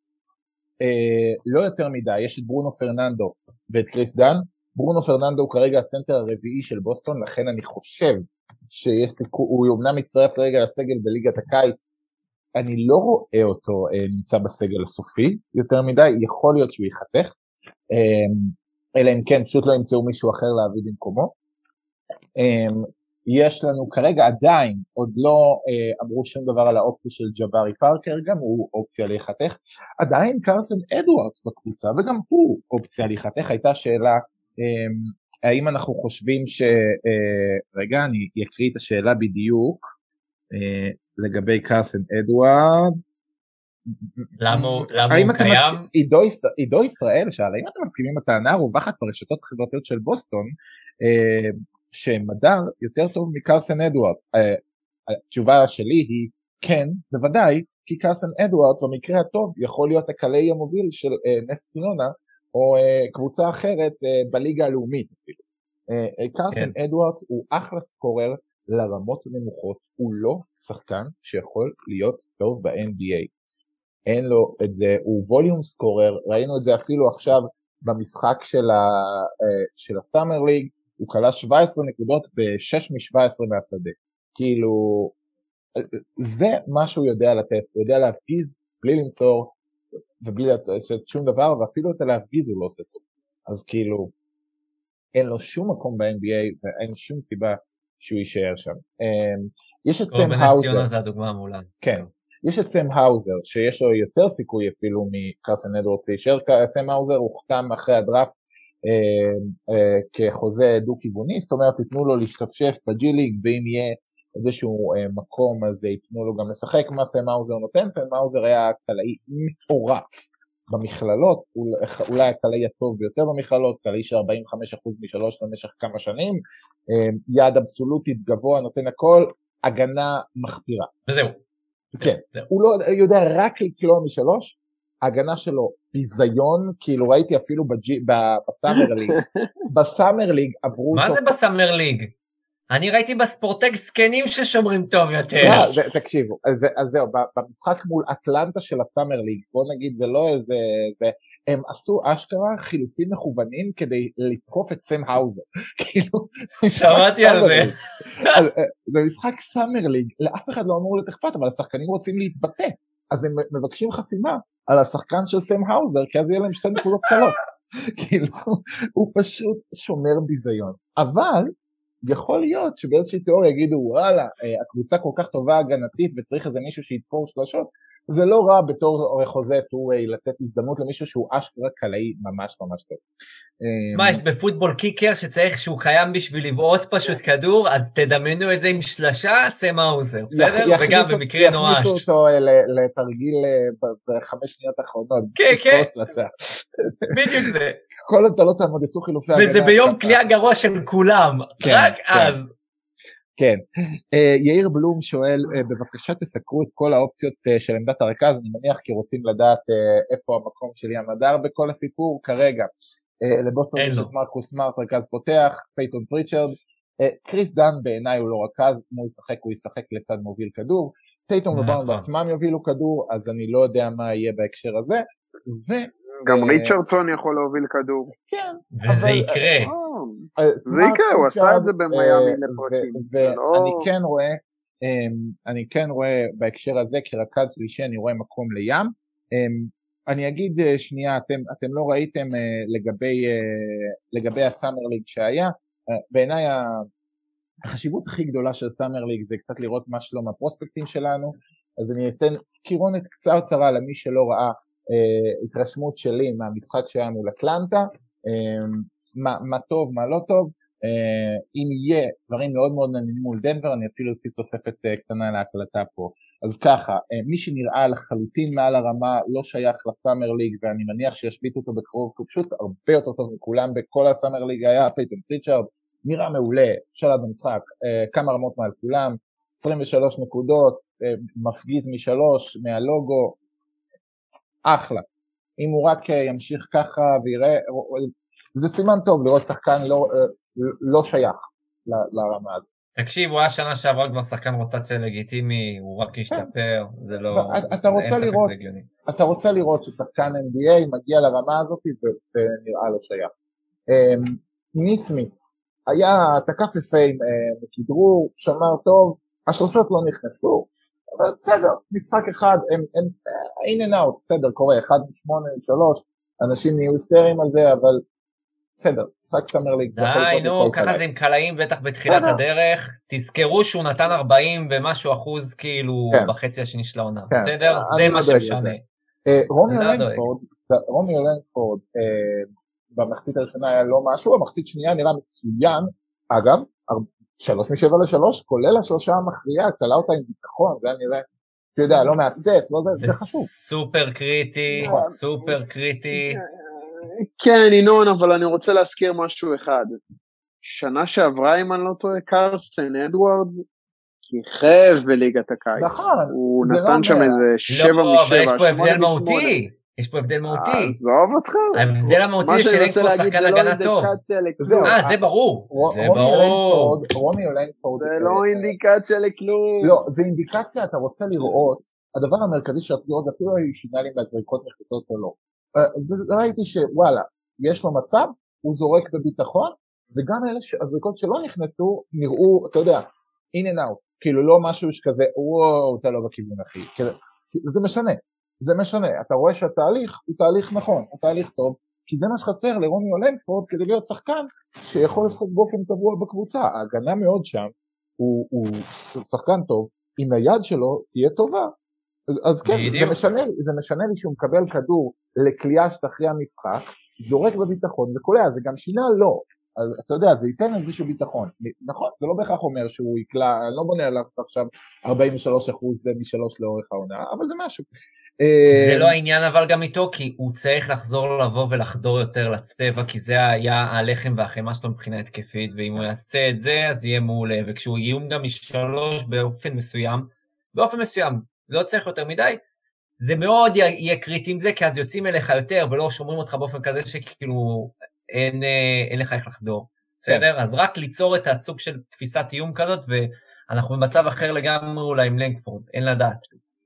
Speaker 1: לא יותר מדי, יש את ברונו פרננדו ואת קריס דן, ברונו פרננדו הוא כרגע הסנטר הרביעי של בוסטון, לכן אני חושב שיש סיכוי, הוא אמנם מצטרף לרגע לסגל בליגת הקיץ, אני לא רואה אותו אה, נמצא בסגל הסופי יותר מדי, יכול להיות שהוא יחתך, אה, אלא אם כן פשוט לא ימצאו מישהו אחר להביא במקומו. אה, יש לנו כרגע עדיין, עוד לא אה, אמרו שום דבר על האופציה של ג'בארי פארקר, גם הוא אופציה להיחתך, עדיין קרסן אדוארדס בקבוצה, וגם הוא אופציה להיחתך, הייתה שאלה, אה, האם אנחנו חושבים ש... אה, רגע, אני אקריא את השאלה בדיוק, אה, לגבי קרסן אדוארדס.
Speaker 2: למה הוא קיים?
Speaker 1: עידו ישראל שאל, האם אתם מסכימים עם הטענה הרווחת ברשתות החברתיות של בוסטון, שמדר יותר טוב מקרסן אדוארדס? התשובה שלי היא כן, בוודאי, כי קרסן אדוארדס במקרה הטוב יכול להיות הקלעי המוביל של נס ציונה, או קבוצה אחרת בליגה הלאומית אפילו. קרסן אדוארדס הוא אחלה סקורר, לרמות נמוכות, הוא לא שחקן שיכול להיות טוב ב-אן בי איי. אין לו את זה, הוא ווליום סקורר, ראינו את זה אפילו עכשיו במשחק של, ה, של הסאמר ליג, הוא קלה שבע עשרה נקודות ב-שש מ-שבע עשרה מהשדה. כאילו, זה מה שהוא יודע לתת, הוא יודע להפגיז בלי למסור, ובלי לתת שום דבר, ואפילו את הלהפגיז הוא לא עושה טוב. אז כאילו, אין לו שום מקום ב-אן בי איי, ואין שום סיבה שהוא יישאר שם. יש את סם האוזר.
Speaker 2: בנס ציונה זה הדוגמה המולה.
Speaker 1: כן. יש את סם האוזר, שיש לו יותר סיכוי אפילו מקרסן אדוארדס להישאר. סם האוזר הוא חתם אחרי הדראפט כחוזה דו-כיווני, זאת אומרת, תיתנו לו להשתפשף בג'י ליג, ואם יהיה איזשהו מקום, אז ייתנו לו גם לשחק מה סם האוזר נותן. סם האוזר היה קלעי מטורף במכללות, אולי הקלעי הטוב ביותר במכללות, קלעי של ארבעים וחמישה אחוז משלוש למשך כמה שנים, יעד אבסולוטית גבוה, נותן הכל, הגנה מחפירה.
Speaker 2: וזהו.
Speaker 1: כן, הוא לא יודע רק לקלוע משלוש, ההגנה שלו ביזיון, כאילו ראיתי אפילו בסאמר ליג, בסאמר ליג עברו...
Speaker 2: מה זה בסאמר ליג? אני ראיתי בספורטק סקנים ששומרים טוב יותר.
Speaker 1: תקשיבו, אז זהו, במשחק מול אטלנטה של הסאמר ליג, בוא נגיד זה לא איזה, הם עשו אשכרה חילופים מכוונים כדי לתקוף את סם האוזר. כאילו,
Speaker 2: שמעתי על זה.
Speaker 1: זה משחק סאמר ליג, לאף אחד לא אמור לתכפת, אבל השחקנים רוצים להתבטא, אז הם מבקשים חסימה על השחקן של סם האוזר, כי אז יהיה להם שתי נקודות קלות. כאילו, הוא פשוט שומר ביזיון. אבל, יכול להיות שבאיזושהי תיאוריה יגידו, וואלה, הקבוצה כל כך טובה הגנתית וצריך איזה מישהו שיתפור שלשות, זה לא רע בתור חוזה טו-ווי לתת הזדמנות למישהו שהוא אשכרה קלעי ממש ממש טוב.
Speaker 2: מה, יש בפוטבול קיקר שצריך שהוא קיים בשביל לבעוט פשוט כדור, אז תדמיינו את זה עם שלשה, סם האוזר, בסדר? וגם במקרה נואש.
Speaker 1: יכניסו אותו לתרגיל בחמש שניות האחרונות.
Speaker 2: כן, כן, בדיוק זה.
Speaker 1: כל עוד אתה לא תעמוד, עשו חילופי הגנה.
Speaker 2: וזה ביום קליעה גרוע של כולם, רק אז.
Speaker 1: כן. יאיר בלום שואל, בבקשה תסקרו את כל האופציות של עמדת הרכז, אני מניח כי רוצים לדעת איפה המקום של ים הדר בכל הסיפור כרגע. לבוסטון יש את מרקוס סמארט, רכז פותח, פייטון פריצ'רד, קריס דן בעיניי הוא לא רכז, אם הוא ישחק הוא ישחק לצד מוביל כדור, טייטום ובראון בעצמם יובילו כדור, אז אני לא יודע מה יהיה בהקשר הזה, ו...
Speaker 3: גם ריצ'רדסון יכול להוביל כדור.
Speaker 1: כן.
Speaker 2: וזה יקרה.
Speaker 3: זה יקרה, הוא עשה את זה במיימי לפרקים.
Speaker 1: ואני כן רואה, אני כן רואה בהקשר הזה, כרכז שלישי אני רואה מקום לים. אני אגיד שנייה, אתם לא ראיתם לגבי הסאמר ליג שהיה, בעיניי החשיבות הכי גדולה של סאמר ליג זה קצת לראות מה שלום הפרוספקטים שלנו, אז אני אתן סקירונת קצרצרה למי שלא ראה, Uh, התרשמות שלי מהמשחק שהיה מול אטלנטה, uh, מה, מה טוב, מה לא טוב, uh, אם יהיה דברים מאוד מאוד מעניינים מול דנבר, אני אפילו אוסיף תוספת uh, קטנה להקלטה פה. אז ככה, uh, מי שנראה לחלוטין מעל הרמה לא שייך לסאמר ליג, ואני מניח שישביט אותו בקרוב, כי הוא פשוט הרבה יותר טוב מכולם, בכל הסאמר ליג היה פייטון פריצ'רד, נראה מעולה, שלט במשחק, uh, כמה רמות מעל כולם, עשרים ושלוש נקודות, uh, מפגיז משלוש, מהלוגו, אחלה. אם הוא רק ימשיך ככה ויראה, זה סימן טוב לראות שחקן לא, לא שייך לרמה הזאת.
Speaker 2: תקשיב, הוא היה שנה שעברה כבר שחקן רוטציה לגיטימי, הוא רק ישתפר, זה לא...
Speaker 1: אתה רוצה לראות, אתה רוצה לראות ששחקן אן בי איי מגיע לרמה הזאת ונראה לו שייך. ניסמית, היה תקף לפיים מכדרור, שמר טוב, השלושות לא נכנסו, אבל בסדר, משחק אחד, אין אין אאוט, בסדר, קורה, אחד משמונה, שלוש, אנשים נהיו היסטריים על זה, אבל בסדר, משחק סאמר ליג.
Speaker 2: די, נו, ככה זה עם קלעים, בטח בתחילת הדרך, תזכרו שהוא נתן ארבעים ומשהו אחוז, כאילו, בחצי השני של העונה, בסדר? זה מה שמשנה.
Speaker 1: רומיו לנגפורד, במחצית הראשונה היה לא משהו, המחצית שנייה נראה מצוין, אגב, שלוש משבע לשלוש, כולל השלושה המכריעה, קלה אותה עם ביטחון, זה נראה, אתה יודע, לא מאסס, לא זה, זה חשוב.
Speaker 2: זה סופר קריטי, סופר קריטי.
Speaker 3: כן, ינון, אבל אני רוצה להזכיר משהו אחד. שנה שעברה, אם אני לא טועה, קרסטן אדוארדס, כיכב בליגת הקיץ.
Speaker 1: נכון.
Speaker 3: הוא נתן שם איזה שבע משבע,
Speaker 2: לא, אבל יש פה הבדל מהותי. יש פה הבדל מהותי.
Speaker 3: עזוב אותך.
Speaker 2: ההבדל המהותי זה שאין פה שחקן הגנה טוב. אה, זה ברור. זה ברור.
Speaker 1: רומיו לנגפורד.
Speaker 3: זה לא אינדיקציה לכלום.
Speaker 1: לא, זה אינדיקציה, אתה רוצה לראות, הדבר המרכזי שרציתי לראות, אפילו היו שינה לי מהזריקות נכנסות או לא. ראיתי שוואלה, יש לו מצב, הוא זורק בביטחון, וגם אלה הזריקות שלא נכנסו, נראו, אתה יודע, in and out, כאילו לא משהו שכזה, וואו, אתה לא בכיוון אחי. זה משנה. זה משנה, אתה רואה שהתהליך הוא תהליך נכון, הוא תהליך טוב, כי זה מה שחסר לרומיו לנגפורד כדי להיות שחקן שיכול לשחק באופן קבוע בקבוצה, ההגנה מאוד שם, הוא, הוא שחקן טוב, אם היד שלו תהיה טובה, אז כן, זה משנה, זה משנה לי שהוא מקבל כדור לקליעה שתכריע משחק, זורק בביטחון וקולע, זה גם שינה לא, אז אתה יודע, זה ייתן איזשהו ביטחון, נכון, זה לא בהכרח אומר שהוא יקלע, אני לא בונה עליו עכשיו ארבעים ושלושה אחוז משלוש לאורך העונה, אבל זה משהו.
Speaker 2: זה לא העניין אבל גם איתו, כי הוא צריך לחזור לבוא ולחדור יותר לצבע, כי זה היה הלחם והחמה שלו מבחינה התקפית, ואם הוא יעשה את זה, אז יהיה מעולה, וכשהוא איום גם משלוש באופן מסוים, באופן מסוים, לא צריך יותר מדי, זה מאוד יהיה קריטי עם זה, כי אז יוצאים אליך יותר, ולא שומרים אותך באופן כזה שכאילו אין, אין לך איך לחדור, בסדר? אז רק ליצור את הסוג של תפיסת איום כזאת, ואנחנו במצב אחר לגמרי אולי עם לנגפורד, אין לדעת.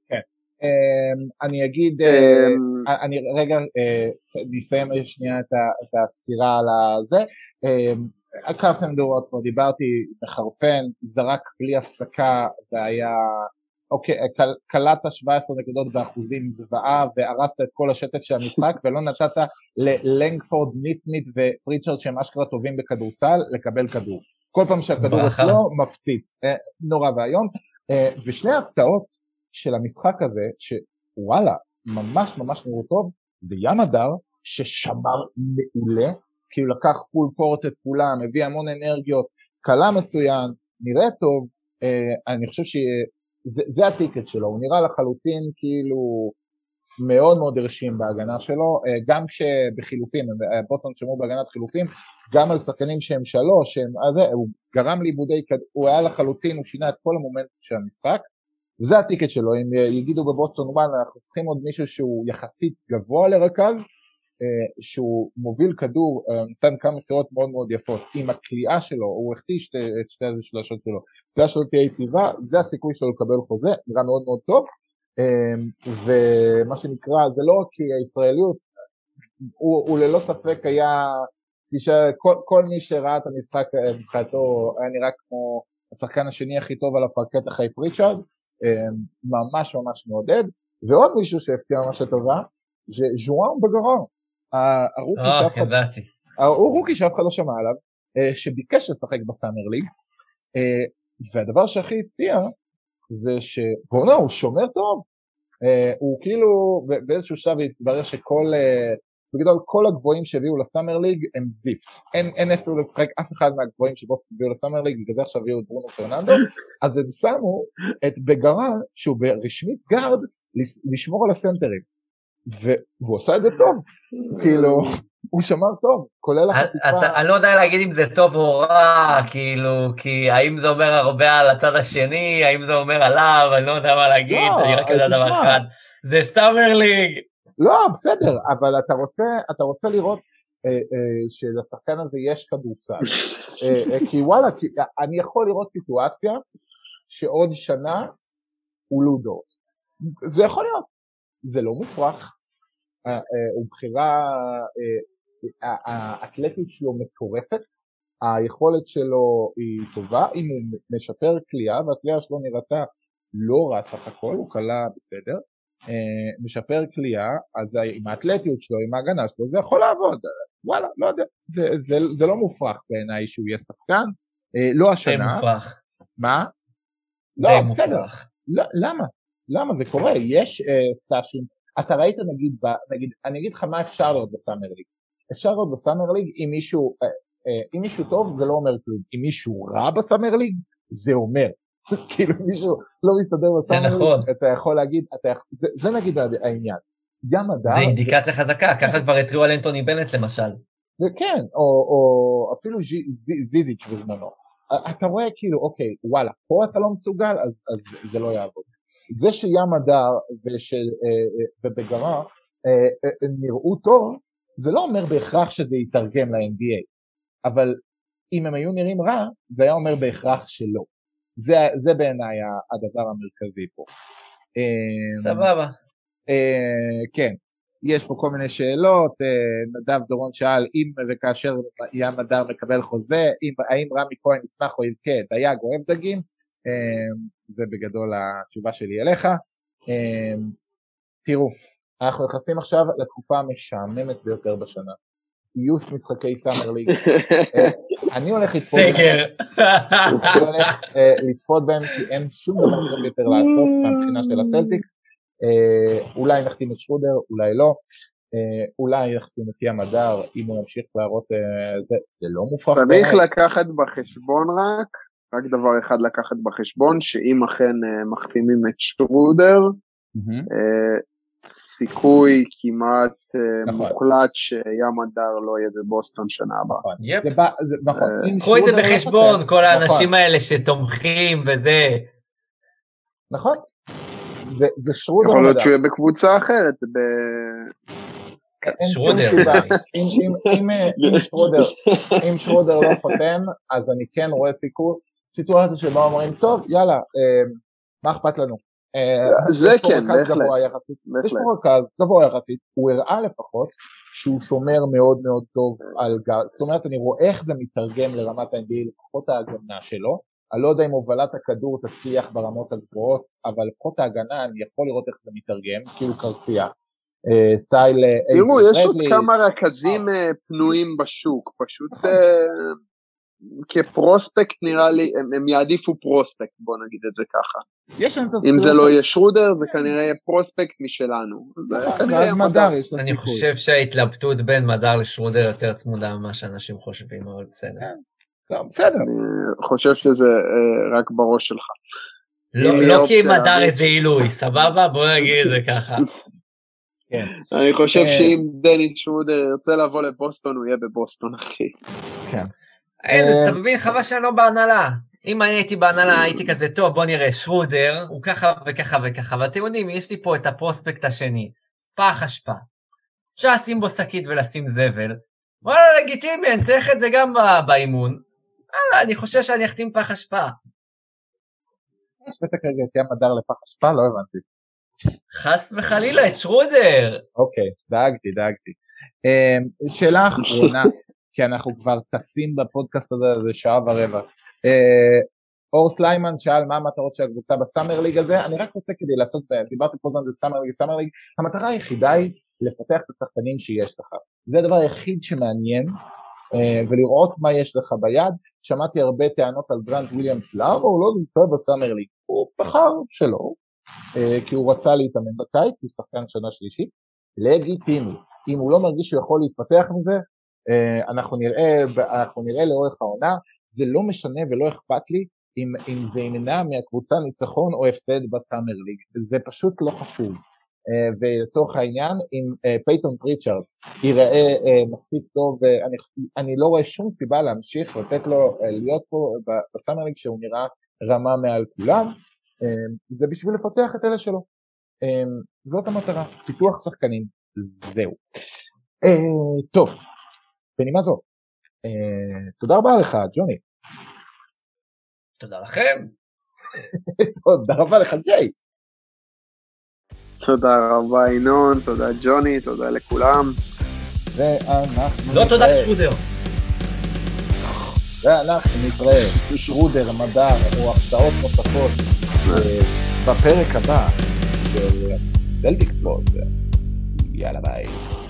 Speaker 1: אני אגיד, אני רגע נסיים שנייה את הסקירה על זה. קרסן אדוארדס, כבר דיברתי, מחרפן, זרק בלי הפסקה, והיה, אוקיי, קלעת שבע עשרה נקודות באחוזים זוועה, והרסת את כל השטף של המשחק, ולא נתת ללנגפורד, ניסמית ופריצ'רד שהם אשכרה טובים בכדורסל, לקבל כדור. כל פעם שהכדור אצלו מפציץ, נורא והיום, ושני ההפתעות של המשחק הזה, שוואלה, ממש ממש נראו טוב, זה ים הדר, ששמר מעולה, כי הוא לקח פול קורט את כולם, הביא המון אנרגיות, קלה מצוין, נראה טוב, אה, אני חושב שזה זה הטיקט שלו, הוא נראה לחלוטין כאילו מאוד מאוד הרשים בהגנה שלו, גם כשבחילופים, בוסטון שמרו בהגנת חילופים, גם על שחקנים שהם שלוש, שהם, אז הוא גרם לאיבודי, הוא היה לחלוטין, הוא שינה את כל המומנט של המשחק, וזה הטיקט שלו. אם יגידו בבוסטון, אנחנו צריכים עוד מישהו שהוא יחסית גבוה לרכז, שהוא מוביל כדור, נתן כמה מסירות מאוד מאוד יפות, עם הקליעה שלו, הוא החטיש את שתי השלשות שלו, הקליעה שלו תהיה יציבה, זה הסיכוי שלו לקבל חוזה, נראה מאוד מאוד טוב, ומה שנקרא, זה לא כי הישראליות, הוא, הוא ללא ספק היה, כל, כל מי שראה את המשחק מבחינתו, היה נראה כמו השחקן השני הכי טוב על הפרקט אחרי פריצ'ארד, ממש ממש מעודד, ועוד מישהו שהפתיע ממש טובה, זה ז'ואן בגרון, הרוקי שאף אחד לא שמע עליו, שביקש לשחק בסאמר ליג, והדבר שהכי הפתיע, זה שבונה הוא שומר טוב, הוא כאילו באיזשהו שלב התברר שכל, בגדול כל הגבוהים שהביאו לסאמר ליג הם זיפט, אין, אין אפילו לשחק אף אחד מהגבוהים שבוסטון הביאו לסאמר ליג, בגלל זה עכשיו הביאו את ברונו פרננדו, אז הם שמו את בגרן שהוא ברשמית גארד לשמור על הסנטרים, והוא עושה את זה טוב, כאילו הוא שמר טוב, כולל החטיפה.
Speaker 2: אני לא יודע להגיד אם זה טוב או רע, כאילו, כי האם זה אומר הרבה על הצד השני, האם זה אומר עליו, אני לא יודע מה להגיד, אני רק יודע דבר אחד, זה סאמר ליג.
Speaker 1: לא, בסדר, אבל אתה רוצה, אתה רוצה לראות שלשחקן הזה יש כדורסל, כי וואלה, אני יכול לראות סיטואציה שעוד שנה הוא לודו, זה יכול להיות, זה לא מופרך, הוא בחירה, האתלטית שלו מטורפת, היכולת שלו היא טובה, אם הוא משפר קליעה, והקליעה שלו נראתה לא רע סך הכל, הוא קלה בסדר, משפר קליעה, אז עם האתלטיות שלו, עם ההגנה שלו, זה יכול לעבוד, וואלה, לא יודע, זה, זה, זה לא מופרך בעיניי שהוא יהיה שחקן, לא השנה.
Speaker 2: די מופרך.
Speaker 1: מה? לא, בסדר. למה? למה זה קורה? יש סטאשים, אתה ראית נגיד, נגיד, אני אגיד לך מה אפשר לראות בסאמר ליג. אפשר לראות בסאמר ליג, אם מישהו, אם מישהו טוב זה לא אומר כלום, אם מישהו רע בסאמר ליג, זה אומר. כאילו מישהו לא מסתדר בסאמר ליג, אתה יכול להגיד, זה נגיד העניין. ים הדר...
Speaker 2: זה אינדיקציה חזקה, ככה כבר התריעו על אנטוני בנט למשל.
Speaker 1: כן, או אפילו זיזיץ' בזמנו. אתה רואה כאילו, אוקיי, וואלה, פה אתה לא מסוגל, אז זה לא יעבוד. זה שים הדר ובגרה נראו טוב, זה לא אומר בהכרח שזה יתרגם ל-אן בי איי, אבל אם הם היו נראים רע, זה היה אומר בהכרח שלא. זה, זה בעיניי הדבר המרכזי פה.
Speaker 2: סבבה.
Speaker 1: כן, יש פה כל מיני שאלות, נדב דורון שאל, אם וכאשר ים הדר מקבל חוזה, האם רמי כהן ישמח או יבכה, דייג אוהב דגים, זה בגדול התשובה שלי אליך. תראו, אנחנו נכנסים עכשיו לתקופה המשעממת ביותר בשנה. גיוס משחקי סאמר ליג. אני הולך לצפות
Speaker 2: סגר.
Speaker 1: אני הולך לצפות בהם כי אין שום דבר טוב יותר לעשות מהבחינה של הסלטיקס. אולי נחתים את שרודר, אולי לא. אולי נחתים את ים הדר, אם הוא ימשיך להראות, זה לא מופרך.
Speaker 3: צריך לקחת בחשבון רק, רק דבר אחד לקחת בחשבון, שאם אכן מחתימים את שרודר, סיכוי כמעט מוחלט שים הדר לא יהיה בבוסטון שנה הבאה.
Speaker 1: נכון.
Speaker 2: קחו את זה בחשבון, כל האנשים האלה שתומכים וזה.
Speaker 1: נכון. זה שרודר.
Speaker 3: יכול להיות שהוא יהיה בקבוצה אחרת.
Speaker 2: שרודר.
Speaker 1: אם שרודר לא חותם, אז אני כן רואה סיכוי, סיטואציה שבה אומרים, טוב, יאללה, מה אכפת לנו?
Speaker 3: זה כן, בהחלט.
Speaker 1: יש פה רכז גבוה יחסית, הוא הראה לפחות שהוא שומר מאוד מאוד טוב על גז, זאת אומרת אני רואה איך זה מתרגם לרמת ה-אן בי איי, לפחות ההגנה שלו, אני לא יודע אם הובלת הכדור תצליח ברמות הגבוהות, אבל לפחות ההגנה אני יכול לראות איך זה מתרגם, כאילו קרצייה, סטייל...
Speaker 3: תראו, יש עוד כמה רכזים פנויים בשוק, פשוט... כפרוספקט נראה לי, הם, הם יעדיפו פרוספקט, בוא נגיד את זה ככה. אם זה לא יהיה שרודר, זה כנראה יהיה פרוספקט משלנו.
Speaker 1: ואז מדר יש
Speaker 2: אני חושב שההתלבטות בין מדר לשרודר יותר צמודה ממה שאנשים חושבים, אבל בסדר.
Speaker 1: בסדר.
Speaker 3: אני חושב שזה רק בראש שלך.
Speaker 2: לא כי מדר איזה עילוי, סבבה? בוא נגיד את זה ככה.
Speaker 3: אני חושב שאם דני שרודר ירצה לבוא לבוסטון, הוא יהיה בבוסטון, אחי.
Speaker 1: כן.
Speaker 2: אז אתה מבין, חבל שאני לא בהנהלה. אם אני הייתי בהנהלה, הייתי כזה, טוב, בוא נראה, שרודר, הוא ככה וככה וככה, ואתם יודעים, יש לי פה את הפרוספקט השני, פח אשפה. אפשר לשים בו שקית ולשים זבל, וואלה, לגיטימי, אני צריך את זה גם באימון. וואלה, אני חושב שאני אחתים פח אשפה.
Speaker 1: יש בטח רגע את ים הדר לפח אשפה, לא הבנתי.
Speaker 2: חס וחלילה, את שרודר.
Speaker 1: אוקיי, דאגתי, דאגתי. שאלה אחרונה, כי אנחנו כבר טסים בפודקאסט הזה, זה שעה ורבע. אור סליימן שאל מה המטרות של הקבוצה בסאמר ליג הזה, אני רק רוצה כדי לעשות, דיברתי פה זמן זה סאמר ליג, סאמר ליג, המטרה היחידה היא לפתח את השחקנים שיש לך. זה הדבר היחיד שמעניין, ולראות מה יש לך ביד. שמעתי הרבה טענות על גרנט וויליאמס, למה הוא לא נמצא בסאמר ליג? הוא בחר שלא, כי הוא רצה להתאמן בקיץ, הוא שחקן שנה שלישית, לגיטימי. אם הוא לא מרגיש שהוא יכול להתפתח מזה, אנחנו נראה, אנחנו נראה לאורך העונה, זה לא משנה ולא אכפת לי אם, אם זה ימנע מהקבוצה ניצחון או הפסד בסאמר ליג, זה פשוט לא חשוב. ולצורך העניין, אם פייטון פריצ'ארד ייראה מספיק טוב, אני, אני לא רואה שום סיבה להמשיך לתת לו להיות פה בסאמר ליג שהוא נראה רמה מעל כולם, זה בשביל לפתח את אלה שלו. זאת המטרה, פיתוח שחקנים, זהו. טוב, בנימה זו, תודה רבה לך, ג'וני.
Speaker 2: תודה לכם.
Speaker 1: תודה רבה לך, ג'יי.
Speaker 3: תודה רבה, ינון, תודה ג'וני, תודה לכולם.
Speaker 1: ואנחנו
Speaker 2: לא תודה שרודר.
Speaker 1: ואנחנו נתראה, שרודר, מדר, או הפתעות נוספות, בפרק הבא של סלטיקס פוד. יאללה ביי.